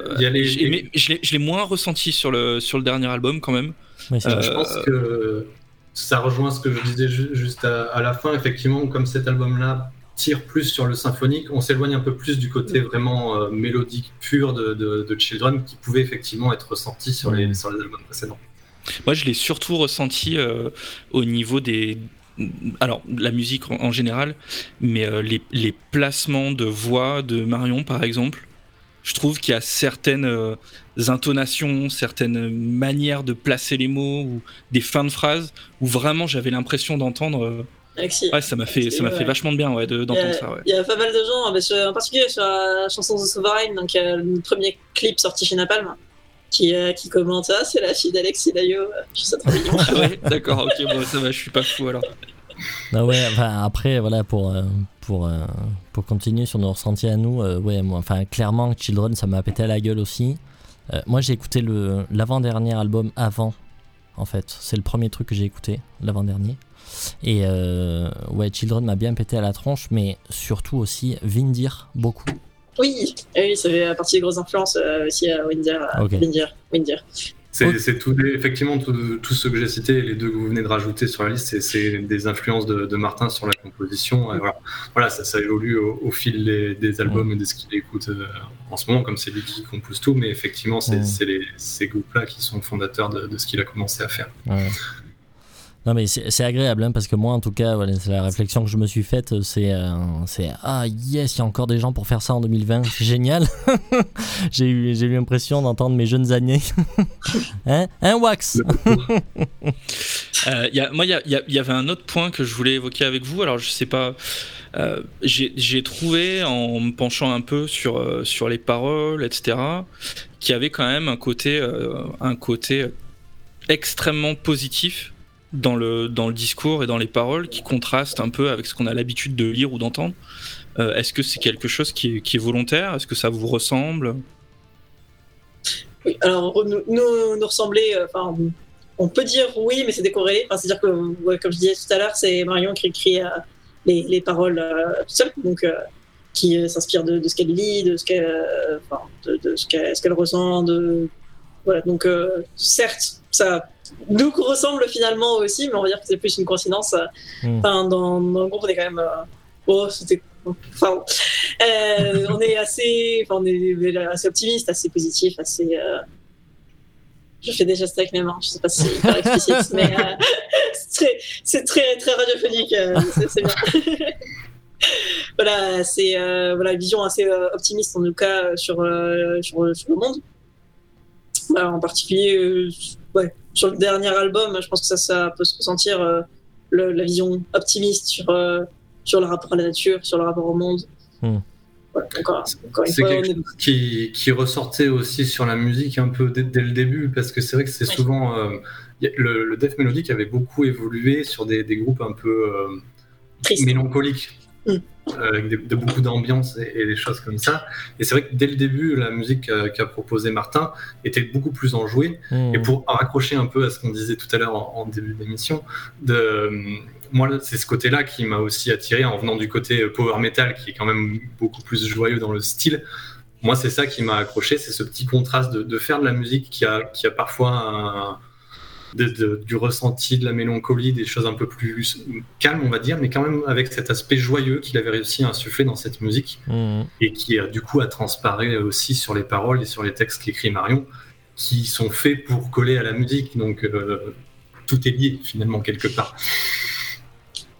Speaker 3: je l'ai moins ressenti sur le dernier album quand même.
Speaker 2: Oui,
Speaker 5: je pense que ça rejoint ce que je disais juste à la fin. Effectivement, comme cet album-là tire plus sur le symphonique, on s'éloigne un peu plus du côté vraiment mélodique pur de Children qui pouvait effectivement être ressenti sur les albums précédents.
Speaker 3: Moi, je l'ai surtout ressenti au niveau alors la musique en général, mais les placements de voix de Marion, par exemple. Je trouve qu'il y a certaines intonations, certaines manières de placer les mots ou des fins de phrases où vraiment j'avais l'impression d'entendre. Ça m'a fait vachement de bien d'entendre ça. Ouais.
Speaker 4: Il y a pas mal de gens, en particulier sur la chanson The Sovereign, donc le premier clip sorti chez Napalm, qui commente ça. C'est la fille d'Alexis Layo. Je trouve ça trop mignon.
Speaker 3: Ouais, d'accord, ok, bon, ça va, je suis pas fou alors.
Speaker 2: Ah ouais, après, voilà, pour continuer sur nos ressentis à nous, clairement, Children, ça m'a pété à la gueule aussi. Moi, j'ai écouté l'avant-dernier album avant, en fait. C'est le premier truc que j'ai écouté, l'avant-dernier. Et Children m'a bien pété à la tronche, mais surtout aussi Windir, beaucoup.
Speaker 4: Oui, ça fait partie des grosses influences aussi à Windir.
Speaker 2: Okay.
Speaker 4: Windir.
Speaker 5: C'est effectivement tout ce que j'ai cité, les deux que vous venez de rajouter sur la liste, c'est des influences de Martin sur la composition. Voilà, ça évolue au fil des albums et de ce qu'il écoute en ce moment, comme c'est lui qui compose tout, mais effectivement, c'est ces groupes-là qui sont fondateurs de ce qu'il a commencé à faire.
Speaker 2: Ouais. Non mais c'est agréable parce que moi en tout cas c'est la réflexion que je me suis faite, c'est ah yes, il y a encore des gens pour faire ça en 2020, c'est génial. j'ai eu l'impression d'entendre mes jeunes années. hein Wax.
Speaker 3: Il y avait un autre point que je voulais évoquer avec vous, alors je sais pas, j'ai trouvé en me penchant un peu sur les paroles, etc., qu'il y avait quand même un côté extrêmement positif dans le discours et dans les paroles qui contrastent un peu avec ce qu'on a l'habitude de lire ou d'entendre. Est-ce que c'est quelque chose qui est volontaire ? Est-ce que ça vous ressemble ?
Speaker 4: Oui, alors nous ressembler, on peut dire oui, mais c'est décorrélé. C'est-à-dire que, comme je disais tout à l'heure, c'est Marion qui écrit les paroles toute seule, donc qui s'inspire de ce qu'elle lit, de ce qu'elle ressent. Voilà, donc certes, ça nous ressemble finalement aussi, mais on va dire que c'est plus une coïncidence. Dans le groupe, on est quand même... on est assez optimiste, assez positif, assez... Je fais des gestes avec mes mains, je sais pas si c'est hyper explicite, mais c'est très, très radiophonique, c'est bien. Voilà, c'est une vision assez optimiste en tout cas sur le monde. En particulier, sur le dernier album, je pense que ça peut se ressentir, la vision optimiste sur le rapport à la nature, sur le rapport au monde. Voilà, encore une
Speaker 5: c'est
Speaker 4: fois,
Speaker 5: quelque chose qui ressortait aussi sur la musique un peu dès le début, parce que c'est vrai que c'est souvent... le death mélodique avait beaucoup évolué sur des groupes un peu mélancoliques. Avec de beaucoup d'ambiance et des choses comme ça. Et c'est vrai que dès le début, la musique qu'a proposé Martin était beaucoup plus enjouée. Et pour raccrocher un peu à ce qu'on disait tout à l'heure en début d'émission, moi, c'est ce côté-là qui m'a aussi attiré en venant du côté power metal, qui est quand même beaucoup plus joyeux dans le style. Moi, c'est ça qui m'a accroché, c'est ce petit contraste de faire de la musique qui a parfois du ressenti, de la mélancolie, des choses un peu plus calmes, on va dire, mais quand même avec cet aspect joyeux qu'il avait réussi à insuffler dans cette musique et qui du coup a transparé aussi sur les paroles et sur les textes qu'écrit Marion, qui sont faits pour coller à la musique, donc tout est lié finalement quelque part.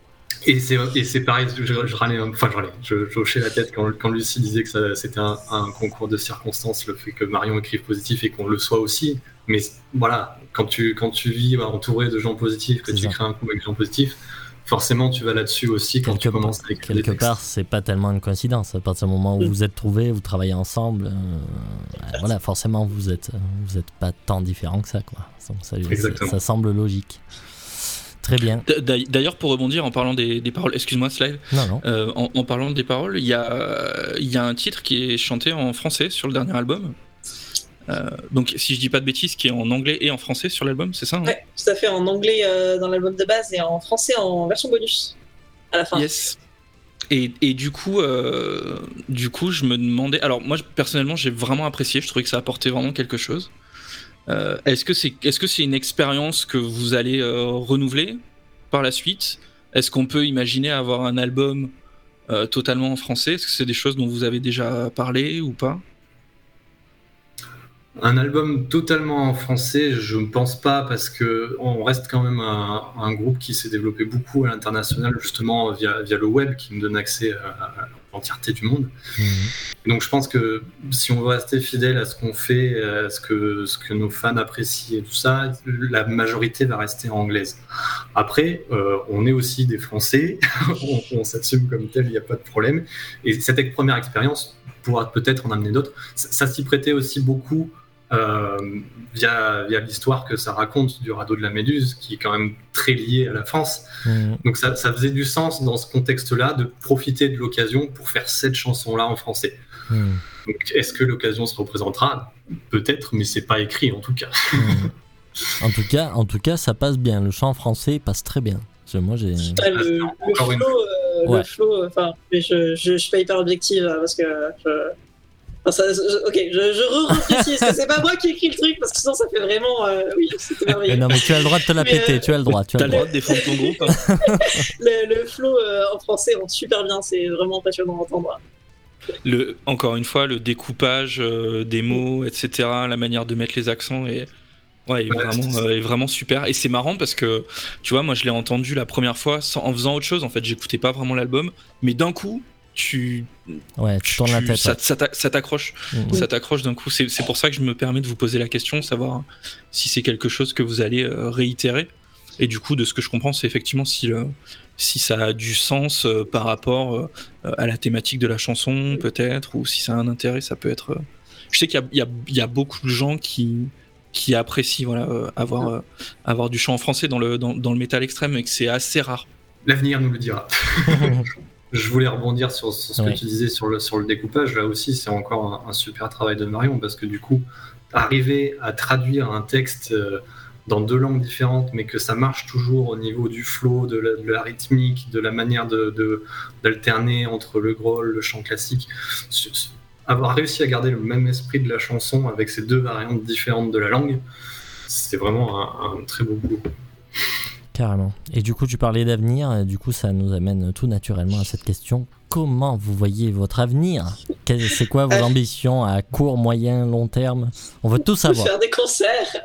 Speaker 5: Et c'est pareil, je hochais la tête quand Lucie disait que c'était un concours de circonstances, le fait que Marion écrive positif et qu'on le soit aussi. Mais voilà, quand tu vis entouré de gens positifs, que tu crées un groupe avec des gens positifs, forcément tu vas là-dessus aussi quand tu commences à écrire des textes.
Speaker 2: Quelque part, c'est pas tellement une coïncidence. À partir du moment où vous êtes trouvés, vous travaillez ensemble, voilà, forcément vous êtes pas tant différents que ça, quoi. Ça semble logique. Très bien.
Speaker 3: D'ailleurs, pour rebondir en parlant des paroles, excuse-moi Slide,
Speaker 2: non.
Speaker 3: En parlant des paroles, il y a un titre qui est chanté en français sur le dernier album. Donc, si je dis pas de bêtises, qui est en anglais et en français sur l'album, c'est ça, hein?
Speaker 4: Ouais, tout à fait, en anglais dans l'album de base et en français en version bonus à la fin.
Speaker 3: Yes. Et du coup, je me demandais. Alors, moi, personnellement, j'ai vraiment apprécié. Je trouvais que ça apportait vraiment quelque chose. Est-ce que c'est une expérience que vous allez renouveler par la suite? Est-ce qu'on peut imaginer avoir un album totalement en français? Est-ce que c'est des choses dont vous avez déjà parlé ou pas?
Speaker 5: Un album totalement en français, je ne pense pas, parce qu'on reste quand même un groupe qui s'est développé beaucoup à l'international, justement via le web, qui nous donne accès à l'entièreté du monde. Donc je pense que si on veut rester fidèle à ce qu'on fait, à ce que nos fans apprécient et tout ça, la majorité va rester anglaise. Après, on est aussi des Français, on s'assume comme tel, il n'y a pas de problème. Et cette première expérience pourra peut-être en amener d'autres. Ça s'y prêtait aussi beaucoup via l'histoire que ça raconte du radeau de la Méduse, qui est quand même très lié à la France. Donc ça faisait du sens dans ce contexte-là de profiter de l'occasion pour faire cette chanson-là en français. Donc est-ce que l'occasion se représentera? Peut-être, mais c'est pas écrit en tout cas.
Speaker 2: En tout cas, ça passe bien. Le chant français passe très bien. Moi, j'ai...
Speaker 4: Le flow, enfin, je suis pas hyper objective parce que je reprécise que c'est pas moi qui écris le truc, parce que sinon ça fait vraiment oui, c'était merveilleux.
Speaker 2: Non, mais tu as le droit de te la péter, tu as le droit.
Speaker 3: Tu as le droit de défendre ton groupe. Hein.
Speaker 4: le flow en français rend super bien, c'est vraiment passionnant à entendre.
Speaker 3: Encore une fois, le découpage des mots, etc., la manière de mettre les accents est vraiment super. Et c'est marrant parce que, tu vois, moi je l'ai entendu la première fois en faisant autre chose. En fait, j'écoutais pas vraiment l'album, mais d'un coup, tu
Speaker 2: tournes la tête.
Speaker 3: Ça t'accroche. Ça t'accroche d'un coup. C'est pour ça que je me permets de vous poser la question, savoir si c'est quelque chose que vous allez réitérer. Et du coup, de ce que je comprends, c'est effectivement si ça a du sens par rapport à la thématique de la chanson, peut-être, ou si ça a un intérêt, ça peut être... Je sais qu'il y a beaucoup de gens qui apprécient avoir du chant en français dans le métal extrême, et que c'est assez rare.
Speaker 5: L'avenir nous le dira. Je voulais rebondir sur ce que tu disais sur le découpage. Là aussi, c'est encore un super travail de Marion, parce que du coup, arriver à traduire un texte dans deux langues différentes, mais que ça marche toujours au niveau du flow, de la rythmique, de la manière d'alterner entre le growl, le chant classique. Avoir réussi à garder le même esprit de la chanson avec ces deux variantes différentes de la langue, c'est vraiment un très beau boulot.
Speaker 2: Carrément. Et du coup, tu parlais d'avenir, et du coup, ça nous amène tout naturellement à cette question. Comment vous voyez votre avenir? C'est quoi vos ambitions à court, moyen, long terme? On veut tout savoir.
Speaker 4: Faire des concerts.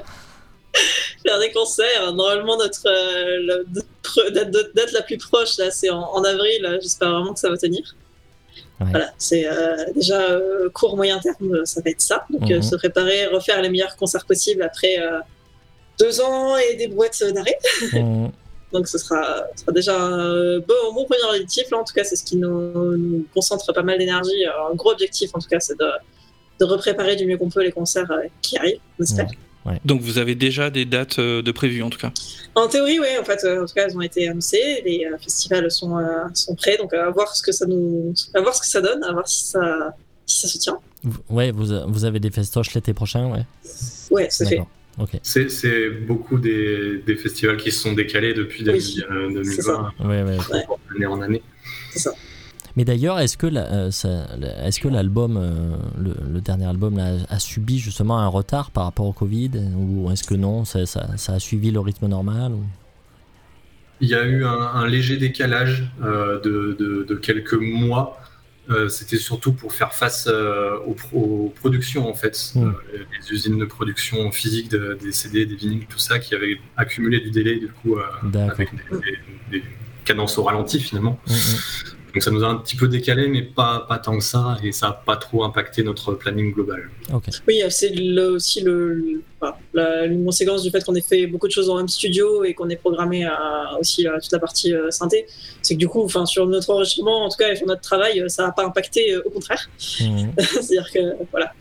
Speaker 4: Normalement, notre date la plus proche, là, c'est en avril. Là, j'espère vraiment que ça va tenir. Voilà, c'est déjà court, moyen terme, ça va être ça. Donc, se préparer, refaire les meilleurs concerts possibles après 2 ans et des brouettes d'arrêt. Donc ce sera déjà un bon premier objectif. Là, en tout cas, c'est ce qui nous concentre pas mal d'énergie. Un gros objectif, en tout cas, c'est de repréparer du mieux qu'on peut les concerts qui arrivent, on espère.
Speaker 3: Donc vous avez déjà des dates de prévues, en tout cas? En
Speaker 4: théorie, oui. En fait, en tout cas, elles ont été annoncées. Les festivals sont prêts. Donc à voir ce que ça donne, à voir si ça se tient.
Speaker 2: Vous avez des festoches l'été prochain,
Speaker 4: Ouais, c'est fait.
Speaker 2: Okay.
Speaker 5: C'est beaucoup des festivals qui se sont décalés depuis 2020, d'année en année.
Speaker 4: C'est ça.
Speaker 2: Mais d'ailleurs, est-ce que l'album, le dernier album, là, a subi justement un retard par rapport au Covid, ou est-ce que non, ça a suivi le rythme normal ou...
Speaker 5: Il y a eu un léger décalage de quelques mois. C'était surtout pour faire face aux productions, en fait. Les usines de production physique des CD, des vinyles, tout ça, qui avaient accumulé du délai, du coup, avec des cadence au ralenti finalement. Donc ça nous a un petit peu décalé, mais pas tant que ça, et ça n'a pas trop impacté notre planning global.
Speaker 2: Okay.
Speaker 4: Oui, c'est aussi une conséquence du fait qu'on ait fait beaucoup de choses dans le même studio et qu'on ait programmé aussi toute la partie synthé. C'est que du coup, sur notre enregistrement, en tout cas, et sur notre travail, ça n'a pas impacté, au contraire. C'est-à-dire que voilà,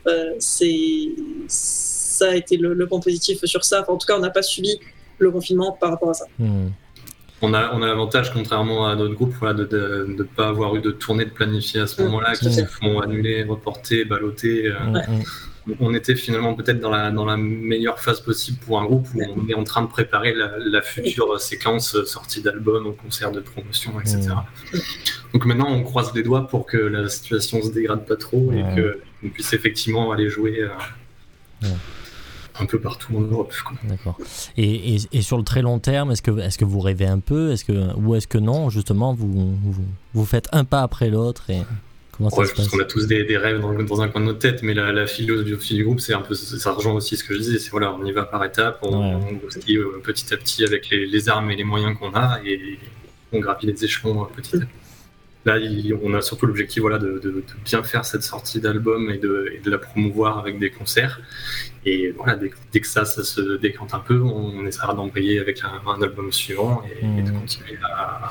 Speaker 4: ça a été le point positif sur ça. En tout cas, on n'a pas subi le confinement par rapport à ça.
Speaker 5: On a l'avantage, contrairement à d'autres groupes, de ne pas avoir eu de tournée de planifier à ce moment-là, qui se font annuler, reporter, balloter. On était finalement peut-être dans la meilleure phase possible pour un groupe où on est en train de préparer la future séquence sortie d'album, concert de promotion, etc. Donc maintenant, on croise les doigts pour que la situation se dégrade pas trop et qu'on puisse effectivement aller jouer un peu partout en Europe.
Speaker 2: D'accord. Et sur le très long terme, est-ce que vous rêvez un peu, ou est-ce que non, justement, vous faites un pas après l'autre et comment ça se passe?
Speaker 5: Je pense qu'on a tous des rêves dans un coin de notre tête, mais la philosophie du groupe, c'est un peu, ça rejoint aussi ce que je disais, c'est voilà, on y va par étapes, on grossit petit à petit avec les armes et les moyens qu'on a, et on gravit les échelons petit à petit. Là, on a surtout l'objectif de bien faire cette sortie d'album et de la promouvoir avec des concerts. Et voilà, dès que ça se décante un peu, on essaiera d'embrayer avec un album suivant et de continuer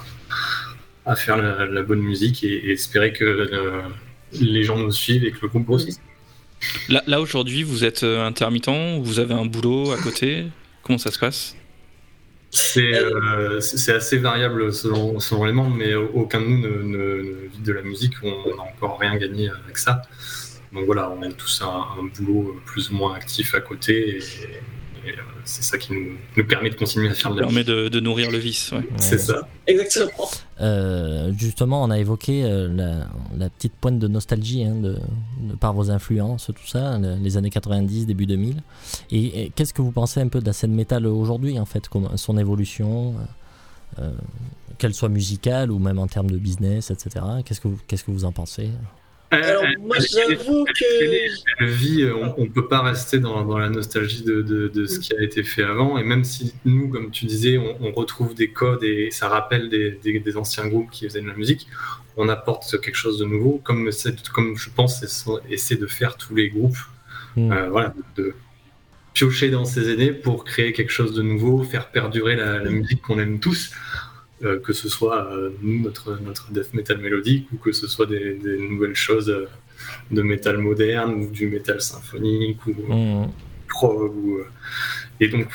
Speaker 5: à faire la bonne musique et espérer que les gens nous suivent et que le groupe grossisse.
Speaker 3: Là aujourd'hui, vous êtes intermittent, vous avez un boulot à côté, comment ça se passe ?
Speaker 5: C'est assez variable selon les membres, mais aucun de nous ne vit de la musique, on n'a encore rien gagné avec ça. Donc voilà, on a tous un boulot plus ou moins actif à côté, et c'est ça qui nous permet de continuer à faire de la musique.
Speaker 3: Permet de nourrir le vice. Ouais.
Speaker 5: C'est ça.
Speaker 4: Exactement.
Speaker 2: Justement, on a évoqué la petite pointe de nostalgie de par vos influences, tout ça, les années 90, début 2000. Et qu'est-ce que vous pensez un peu de la scène métal aujourd'hui, en fait, son évolution, qu'elle soit musicale ou même en termes de business, etc. Qu'est-ce que vous en pensez ?
Speaker 4: Alors, moi, j'avoue que...
Speaker 5: Elle vit, on ne peut pas rester dans la nostalgie de ce qui a été fait avant. Et même si nous, comme tu disais, on retrouve des codes et ça rappelle des anciens groupes qui faisaient de la musique, on apporte quelque chose de nouveau, comme je pense essaie de faire tous les groupes. Voilà, de piocher dans ces aînés pour créer quelque chose de nouveau, faire perdurer la musique qu'on aime tous. Que ce soit notre death metal mélodique ou que ce soit des nouvelles choses de métal moderne ou du métal symphonique ou prog. Et donc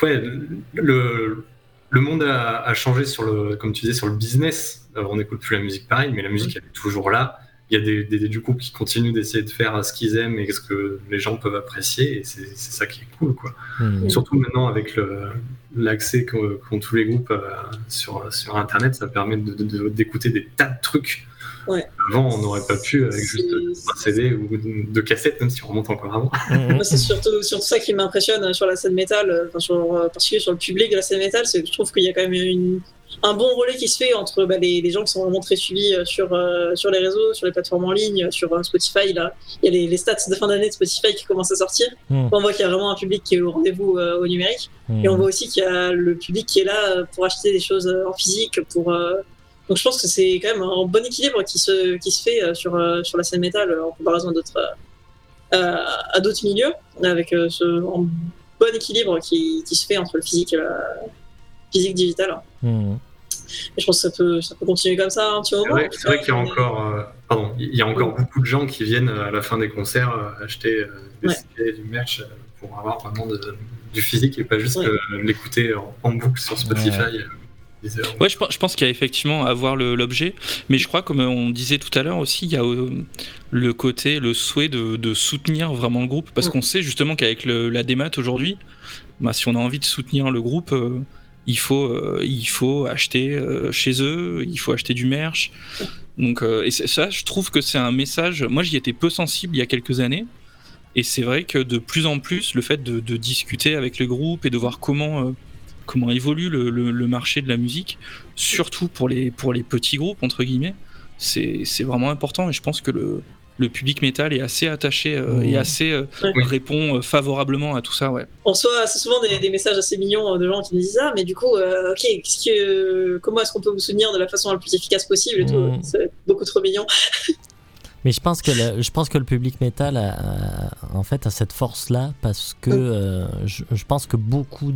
Speaker 5: le monde a changé comme tu disais, sur le business. On n'écoute plus la musique pareil, mais la musique elle est toujours là. Il y a du coup qui continuent d'essayer de faire ce qu'ils aiment et ce que les gens peuvent apprécier, et c'est ça qui est cool, quoi. Surtout maintenant avec l'accès qu'ont tous les groupes sur internet, ça permet d'écouter des tas de trucs. Avant on n'aurait pas pu avec juste un CD ou deux cassettes, même si on remonte encore avant.
Speaker 4: Moi c'est surtout ça qui m'impressionne sur la scène métal, particulièrement sur le public de la scène métal, c'est que je trouve qu'il y a quand même un bon relais qui se fait entre les gens qui sont vraiment très suivis sur les réseaux, sur les plateformes en ligne, sur Spotify. Là, il y a les stats de fin d'année de Spotify qui commencent à sortir. On voit qu'il y a vraiment un public qui est au rendez-vous au numérique. Et on voit aussi qu'il y a le public qui est là pour acheter des choses en physique. Donc je pense que c'est quand même un bon équilibre qui se fait sur la scène métal en comparaison à d'autres milieux, avec un bon équilibre qui se fait entre le physique et la physique digitale. Et je pense que ça peut continuer comme ça un petit moment.
Speaker 5: C'est vrai qu'il y a encore beaucoup de gens qui viennent à la fin des concerts acheter des CD, du merch pour avoir vraiment du physique et pas juste l'écouter en boucle sur Spotify.
Speaker 3: Ouais, je pense qu'il y a effectivement à avoir l'objet, mais je crois, comme on disait tout à l'heure aussi, il y a le souhait de soutenir vraiment le groupe, parce qu'on sait justement qu'avec la démat aujourd'hui, si on a envie de soutenir le groupe, il faut acheter chez eux, il faut acheter du merch. Donc, et ça, je trouve que c'est un message. Moi, j'y étais peu sensible il y a quelques années, et c'est vrai que de plus en plus, le fait de discuter avec le groupe et de voir comment évolue le marché de la musique, surtout pour les petits groupes entre guillemets, c'est vraiment important. Et je pense que le public métal est assez attaché et assez répond favorablement à tout ça. Ouais.
Speaker 4: On reçoit assez souvent des messages assez mignons de gens qui nous disent mais du coup, comment est-ce qu'on peut vous soutenir de la façon la plus efficace possible et tout. C'est beaucoup trop mignon.
Speaker 2: Mais je pense que le public métal en fait a cette force-là parce que je pense que beaucoup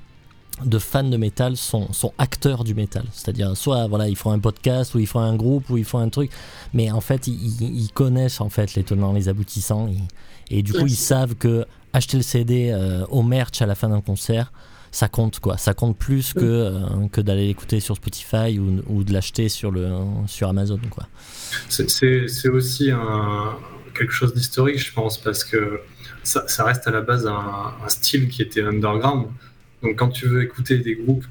Speaker 2: de fans de métal sont acteurs du métal. C'est-à-dire soit voilà, ils font un podcast ou ils font un groupe ou ils font un truc, mais en fait ils connaissent en fait les tenants, les aboutissants et du coup ils savent que acheter le CD au merch à la fin d'un concert, ça compte quoi, ça compte plus que d'aller l'écouter sur Spotify ou de l'acheter sur Amazon quoi.
Speaker 5: C'est aussi quelque chose d'historique, je pense, parce que ça reste à la base un style qui était underground. Donc quand tu veux écouter des groupes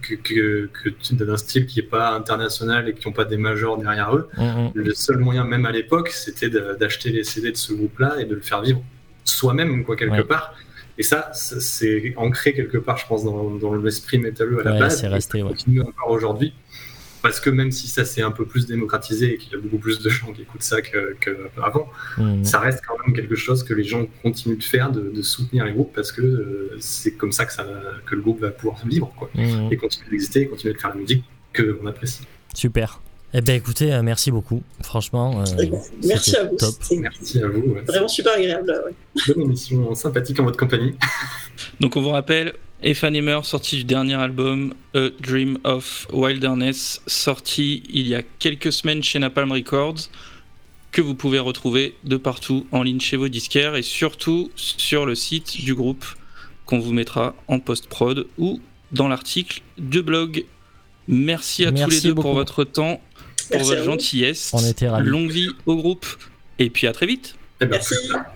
Speaker 5: d'un style qui n'est pas international et qui n'ont pas des majors derrière eux, le seul moyen, même à l'époque, c'était d'acheter les CD de ce groupe-là et de le faire vivre soi-même quoi, quelque part. Et ça, c'est ancré quelque part, je pense, dans l'esprit métalleux à la base.
Speaker 2: C'est resté,
Speaker 5: et ça continue encore aujourd'hui. Parce que même si ça s'est un peu plus démocratisé et qu'il y a beaucoup plus de gens qui écoutent ça qu'avant, ça reste quand même quelque chose que les gens continuent de faire, de soutenir les groupes, parce que c'est comme ça que le groupe va pouvoir vivre, quoi, et continuer d'exister, et continuer de faire la musique qu'on apprécie.
Speaker 2: Super. Eh bien écoutez, merci beaucoup. Franchement,
Speaker 4: merci à vous.
Speaker 2: Top.
Speaker 5: Merci à vous.
Speaker 4: Vraiment super agréable.
Speaker 5: Bonne émission sympathique en votre compagnie.
Speaker 3: Donc on vous rappelle, Ephanemer, sorti du dernier album A Dream of Wilderness, sorti il y a quelques semaines chez Napalm Records, que vous pouvez retrouver de partout en ligne chez vos disquaires et surtout sur le site du groupe qu'on vous mettra en post-prod ou dans l'article du blog. Merci à tous les deux pour votre temps, pour votre gentillesse.
Speaker 2: On était ravis.
Speaker 3: Longue vie au groupe et puis à très vite.
Speaker 4: Merci.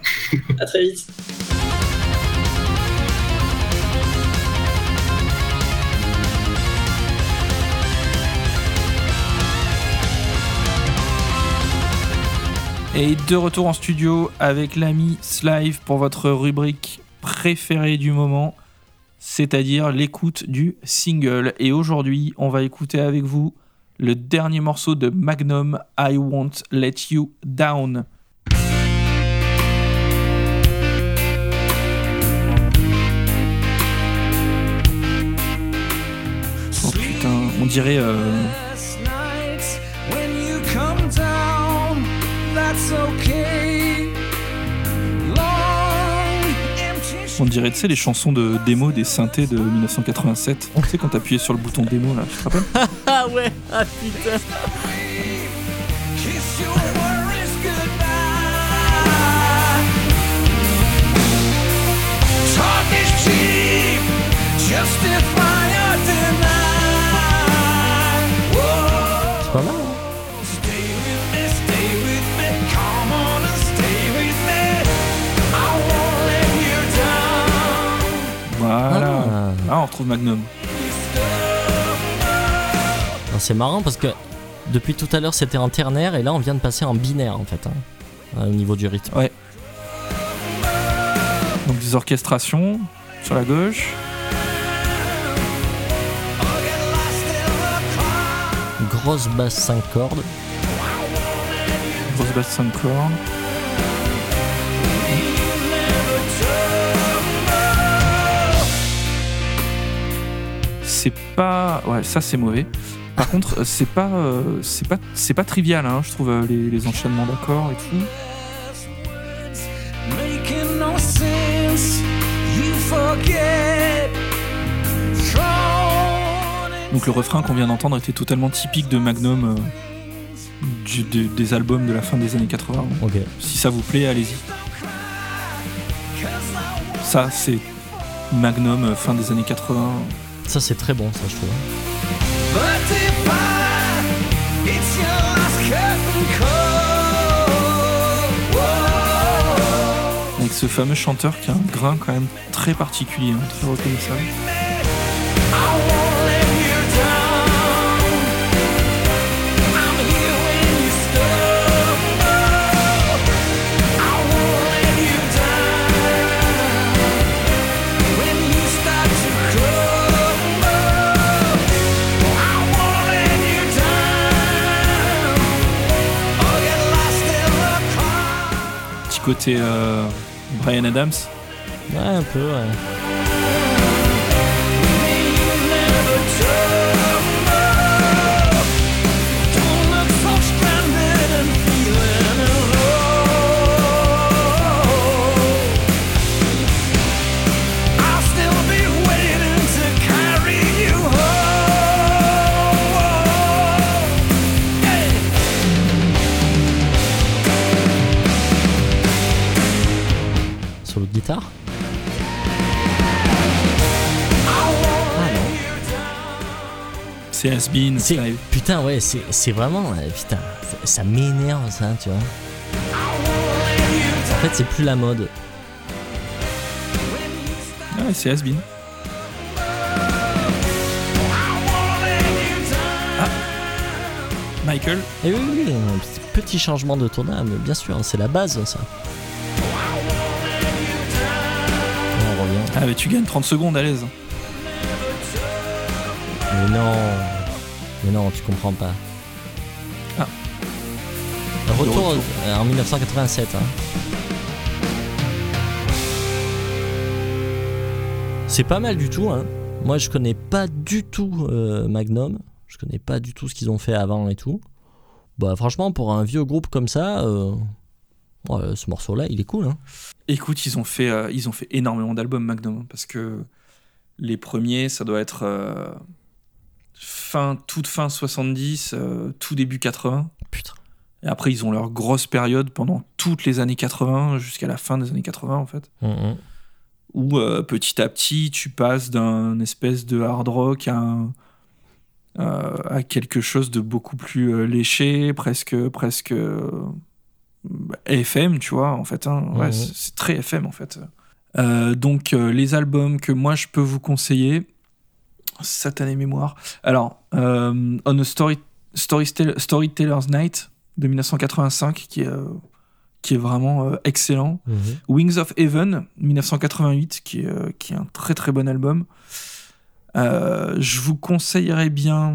Speaker 4: À très vite.
Speaker 1: Et de retour en studio avec l'ami Slive pour votre rubrique préférée du moment, c'est-à-dire l'écoute du single. Et aujourd'hui, on va écouter avec vous le dernier morceau de Magnum, I Won't Let You Down. Oh putain, on dirait... On dirait, tu sais, les chansons de démo des synthés de 1987. Tu sais, quand t'appuyais sur le bouton démo, là, tu te rappelles?
Speaker 2: Ah ouais, ah putain. C'est pas mal.
Speaker 1: Voilà. Ah, on retrouve Magnum.
Speaker 2: Alors, c'est marrant parce que depuis tout à l'heure c'était en ternaire et là on vient de passer en binaire en fait, au niveau du rythme.
Speaker 1: Ouais. Donc des orchestrations sur la gauche.
Speaker 2: Grosse basse 5 cordes.
Speaker 1: Grosse basse 5 cordes. C'est pas... Ouais, ça c'est mauvais. Par contre, c'est pas trivial, hein, je trouve, les enchaînements d'accords et tout. Donc le refrain qu'on vient d'entendre était totalement typique de Magnum, des albums de la fin des années 80.
Speaker 2: Ok.
Speaker 1: Si ça vous plaît, allez-y. Ça, c'est Magnum, fin des années 80.
Speaker 2: Ça c'est très bon, ça je trouve. Avec ce fameux chanteur qui a un grain quand même très particulier, hein, très reconnaissable.
Speaker 1: côté Bryan Adams.
Speaker 2: Ouais, un peu, ouais. Solo de guitare.
Speaker 1: C'est Has-Been.
Speaker 2: Putain, ouais, c'est vraiment. Putain, ça m'énerve ça, tu vois. En fait, c'est plus la mode.
Speaker 1: Ouais, c'est Has-Been. Ah, Michael.
Speaker 2: Et oui, un petit changement de tonade, mais bien sûr, c'est la base, ça. On revient.
Speaker 1: Ah, mais tu gagnes 30 secondes à l'aise.
Speaker 2: Mais non, tu comprends pas.
Speaker 1: Ah.
Speaker 2: Retour en 1987. Hein. C'est pas mal du tout. Hein. Moi, je connais pas du tout Magnum. Je connais pas du tout ce qu'ils ont fait avant et tout. Bah, franchement, pour un vieux groupe comme ça, ce morceau-là, il est cool. Hein.
Speaker 1: Écoute, ils ont fait énormément d'albums Magnum, hein, parce que les premiers, ça doit être toute fin 70, tout début 80.
Speaker 2: Putain.
Speaker 1: Et après, ils ont leur grosse période pendant toutes les années 80, jusqu'à la fin des années 80, en fait.
Speaker 2: Mm-hmm.
Speaker 1: Où petit à petit, tu passes d'un espèce de hard rock à quelque chose de beaucoup plus léché, presque FM, tu vois, en fait. Hein. Ouais, c'est très FM, en fait. Donc, les albums que moi, je peux vous conseiller... Satanée mémoire. Alors, On a Storyteller's Night de 1985, qui est vraiment excellent. Wings of Heaven, 1988, qui est un très très bon album. Je vous conseillerais bien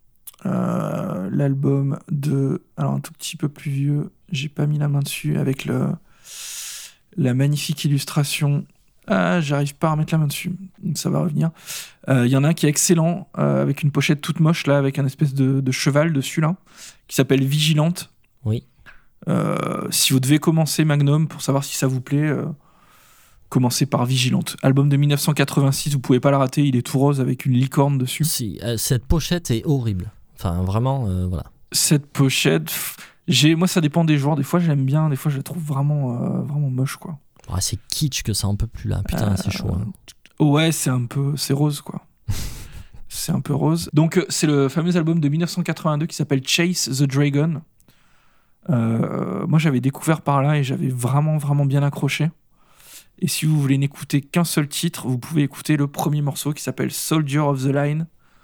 Speaker 1: l'album de... Alors, un tout petit peu plus vieux, j'ai pas mis la main dessus, avec la magnifique illustration... Ah, j'arrive pas à remettre la main dessus, donc ça va revenir. Il y en a un qui est excellent, avec une pochette toute moche, là, avec un espèce de cheval dessus, là, qui s'appelle Vigilante.
Speaker 2: Oui.
Speaker 1: Si vous devez commencer Magnum, pour savoir si ça vous plaît, commencez par Vigilante. Album de 1986, vous pouvez pas la rater, il est tout rose avec une licorne dessus.
Speaker 2: Si, cette pochette est horrible. Enfin, vraiment, voilà.
Speaker 1: Cette pochette, moi ça dépend des jours, des fois je l'aime bien, des fois je la trouve vraiment moche, quoi.
Speaker 2: Ah, c'est kitsch que ça en peut plus là, putain, c'est chaud. Hein.
Speaker 1: Ouais, c'est rose, quoi. C'est un peu rose. Donc, c'est le fameux album de 1982 qui s'appelle Chase the Dragon. Moi, j'avais découvert par là et j'avais vraiment, vraiment bien accroché. Et si vous voulez n'écouter qu'un seul titre, vous pouvez écouter le premier morceau qui s'appelle Soldier of the Line,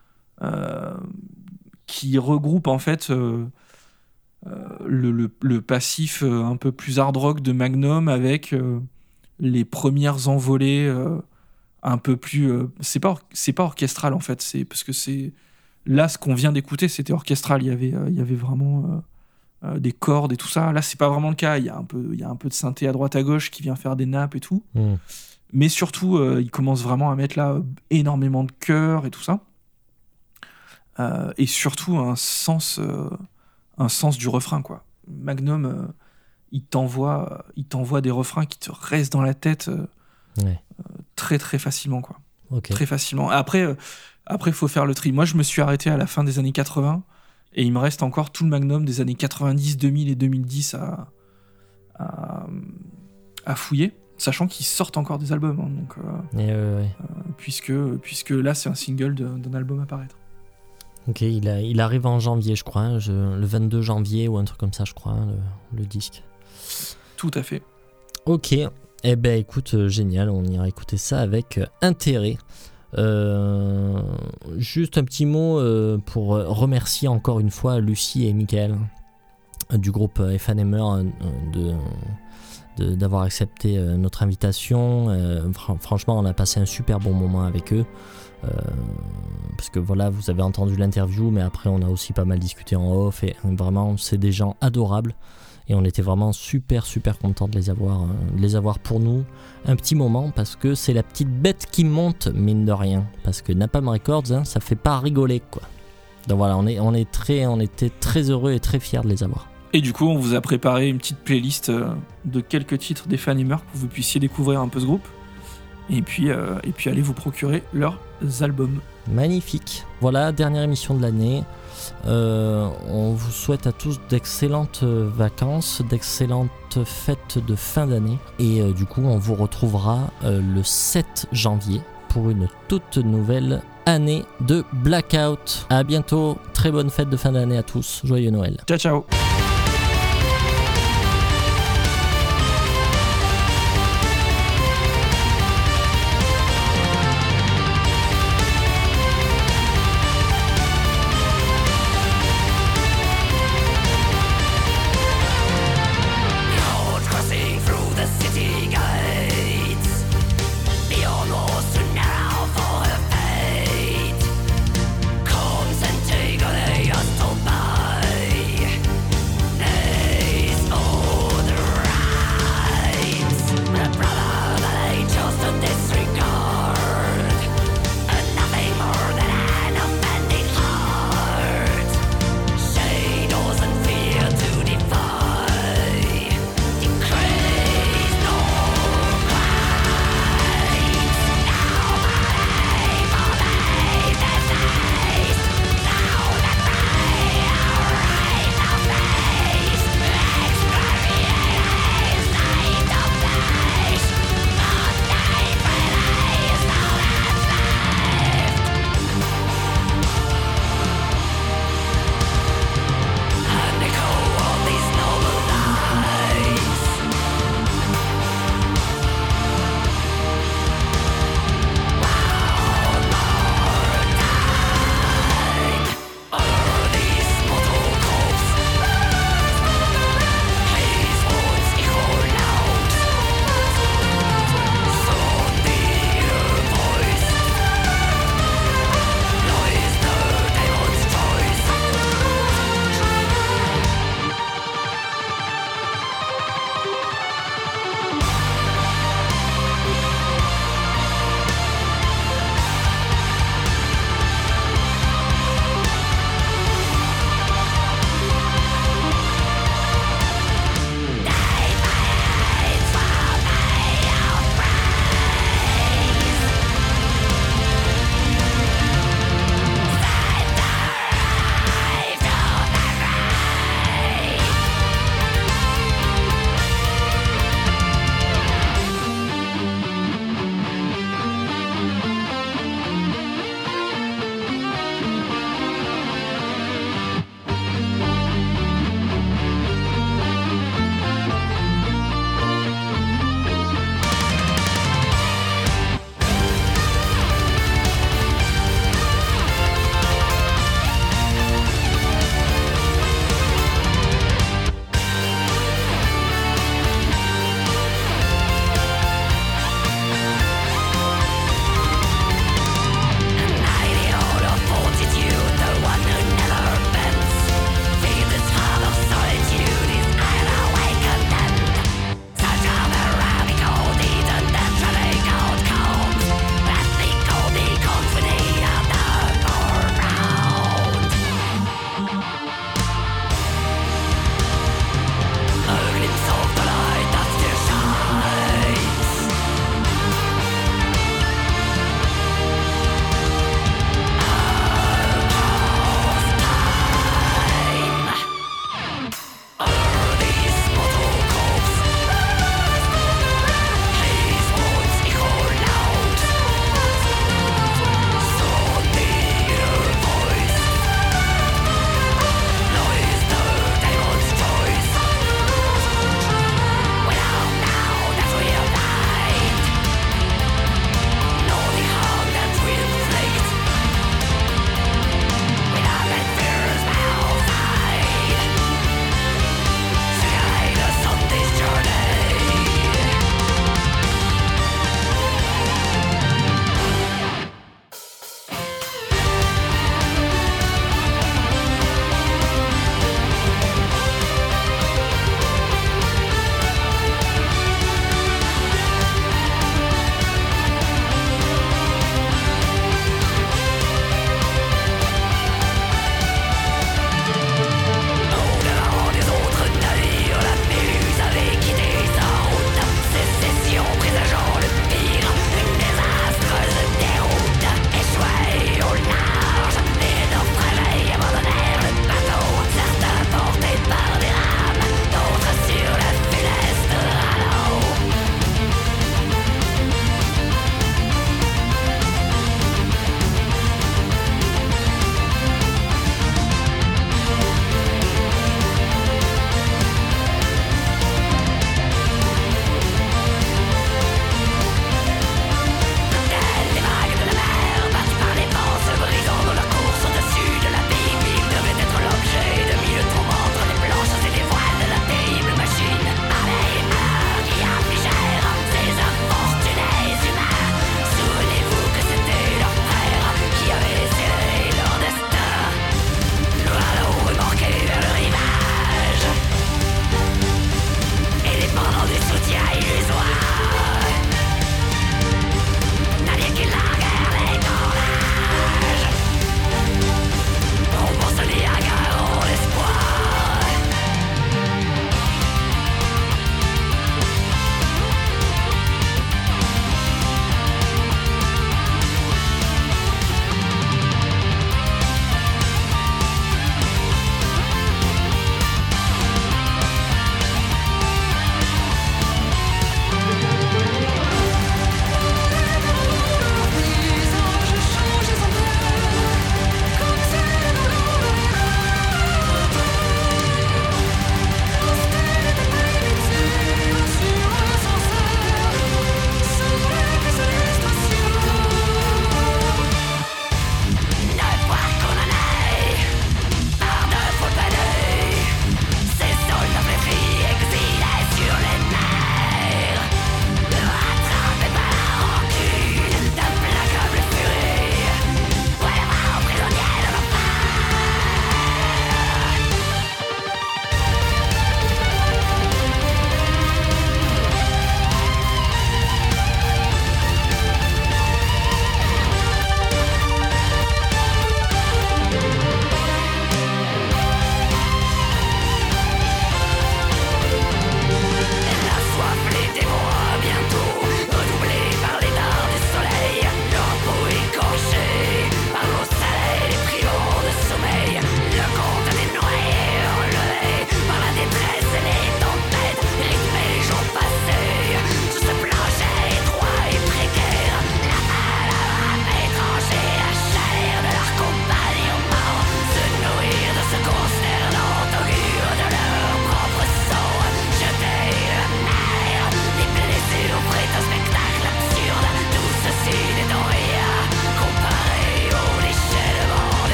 Speaker 1: qui regroupe en fait le passif un peu plus hard rock de Magnum avec les premières envolées un peu plus... c'est pas orchestral en fait, c'est parce que c'est... Là, ce qu'on vient d'écouter, c'était orchestral. Il y avait vraiment des cordes et tout ça. Là, c'est pas vraiment le cas. Il y a un peu de synthé à droite à gauche qui vient faire des nappes et tout. Mais surtout, il commence vraiment à mettre là énormément de chœurs et tout ça. Et surtout, un sens du refrain, quoi. Magnum, il t'envoie des refrains qui te restent dans la tête très, très facilement, quoi.
Speaker 2: Okay.
Speaker 1: Très facilement. Après, il faut faire le tri. Moi, je me suis arrêté à la fin des années 80 et il me reste encore tout le Magnum des années 90, 2000 et 2010 à fouiller, sachant qu'ils sortent encore des albums. Hein, donc, puisque là, c'est un single d'un album à paraître.
Speaker 2: Ok, il arrive en janvier, je crois, hein, le 22 janvier ou un truc comme ça, je crois, hein, le disque.
Speaker 1: Tout à fait.
Speaker 2: Ok, eh ben écoute, génial, on ira écouter ça avec intérêt. Juste un petit mot pour remercier encore une fois Lucie et Michael du groupe F&M d'avoir accepté notre invitation. Franchement, on a passé un super bon moment avec eux. Parce que voilà, vous avez entendu l'interview, mais après on a aussi pas mal discuté en off et vraiment c'est des gens adorables Et on était vraiment super contents de les avoir pour nous un petit moment, parce que c'est la petite bête qui monte, mine de rien. Parce que Napalm Records, hein, ça fait pas rigoler, quoi. Donc voilà, on était très heureux et très fiers de les avoir.
Speaker 1: Et du coup, on vous a préparé une petite playlist de quelques titres des Fanimers pour que vous puissiez découvrir un peu ce groupe. Et puis aller vous procurer leurs albums.
Speaker 2: Magnifique. Voilà, dernière émission de l'année. On vous souhaite à tous d'excellentes vacances, d'excellentes fêtes de fin d'année. Et du coup, on vous retrouvera le 7 janvier pour une toute nouvelle année de Blackout. À bientôt, très bonne fête de fin d'année à tous. Joyeux Noël.
Speaker 1: Ciao.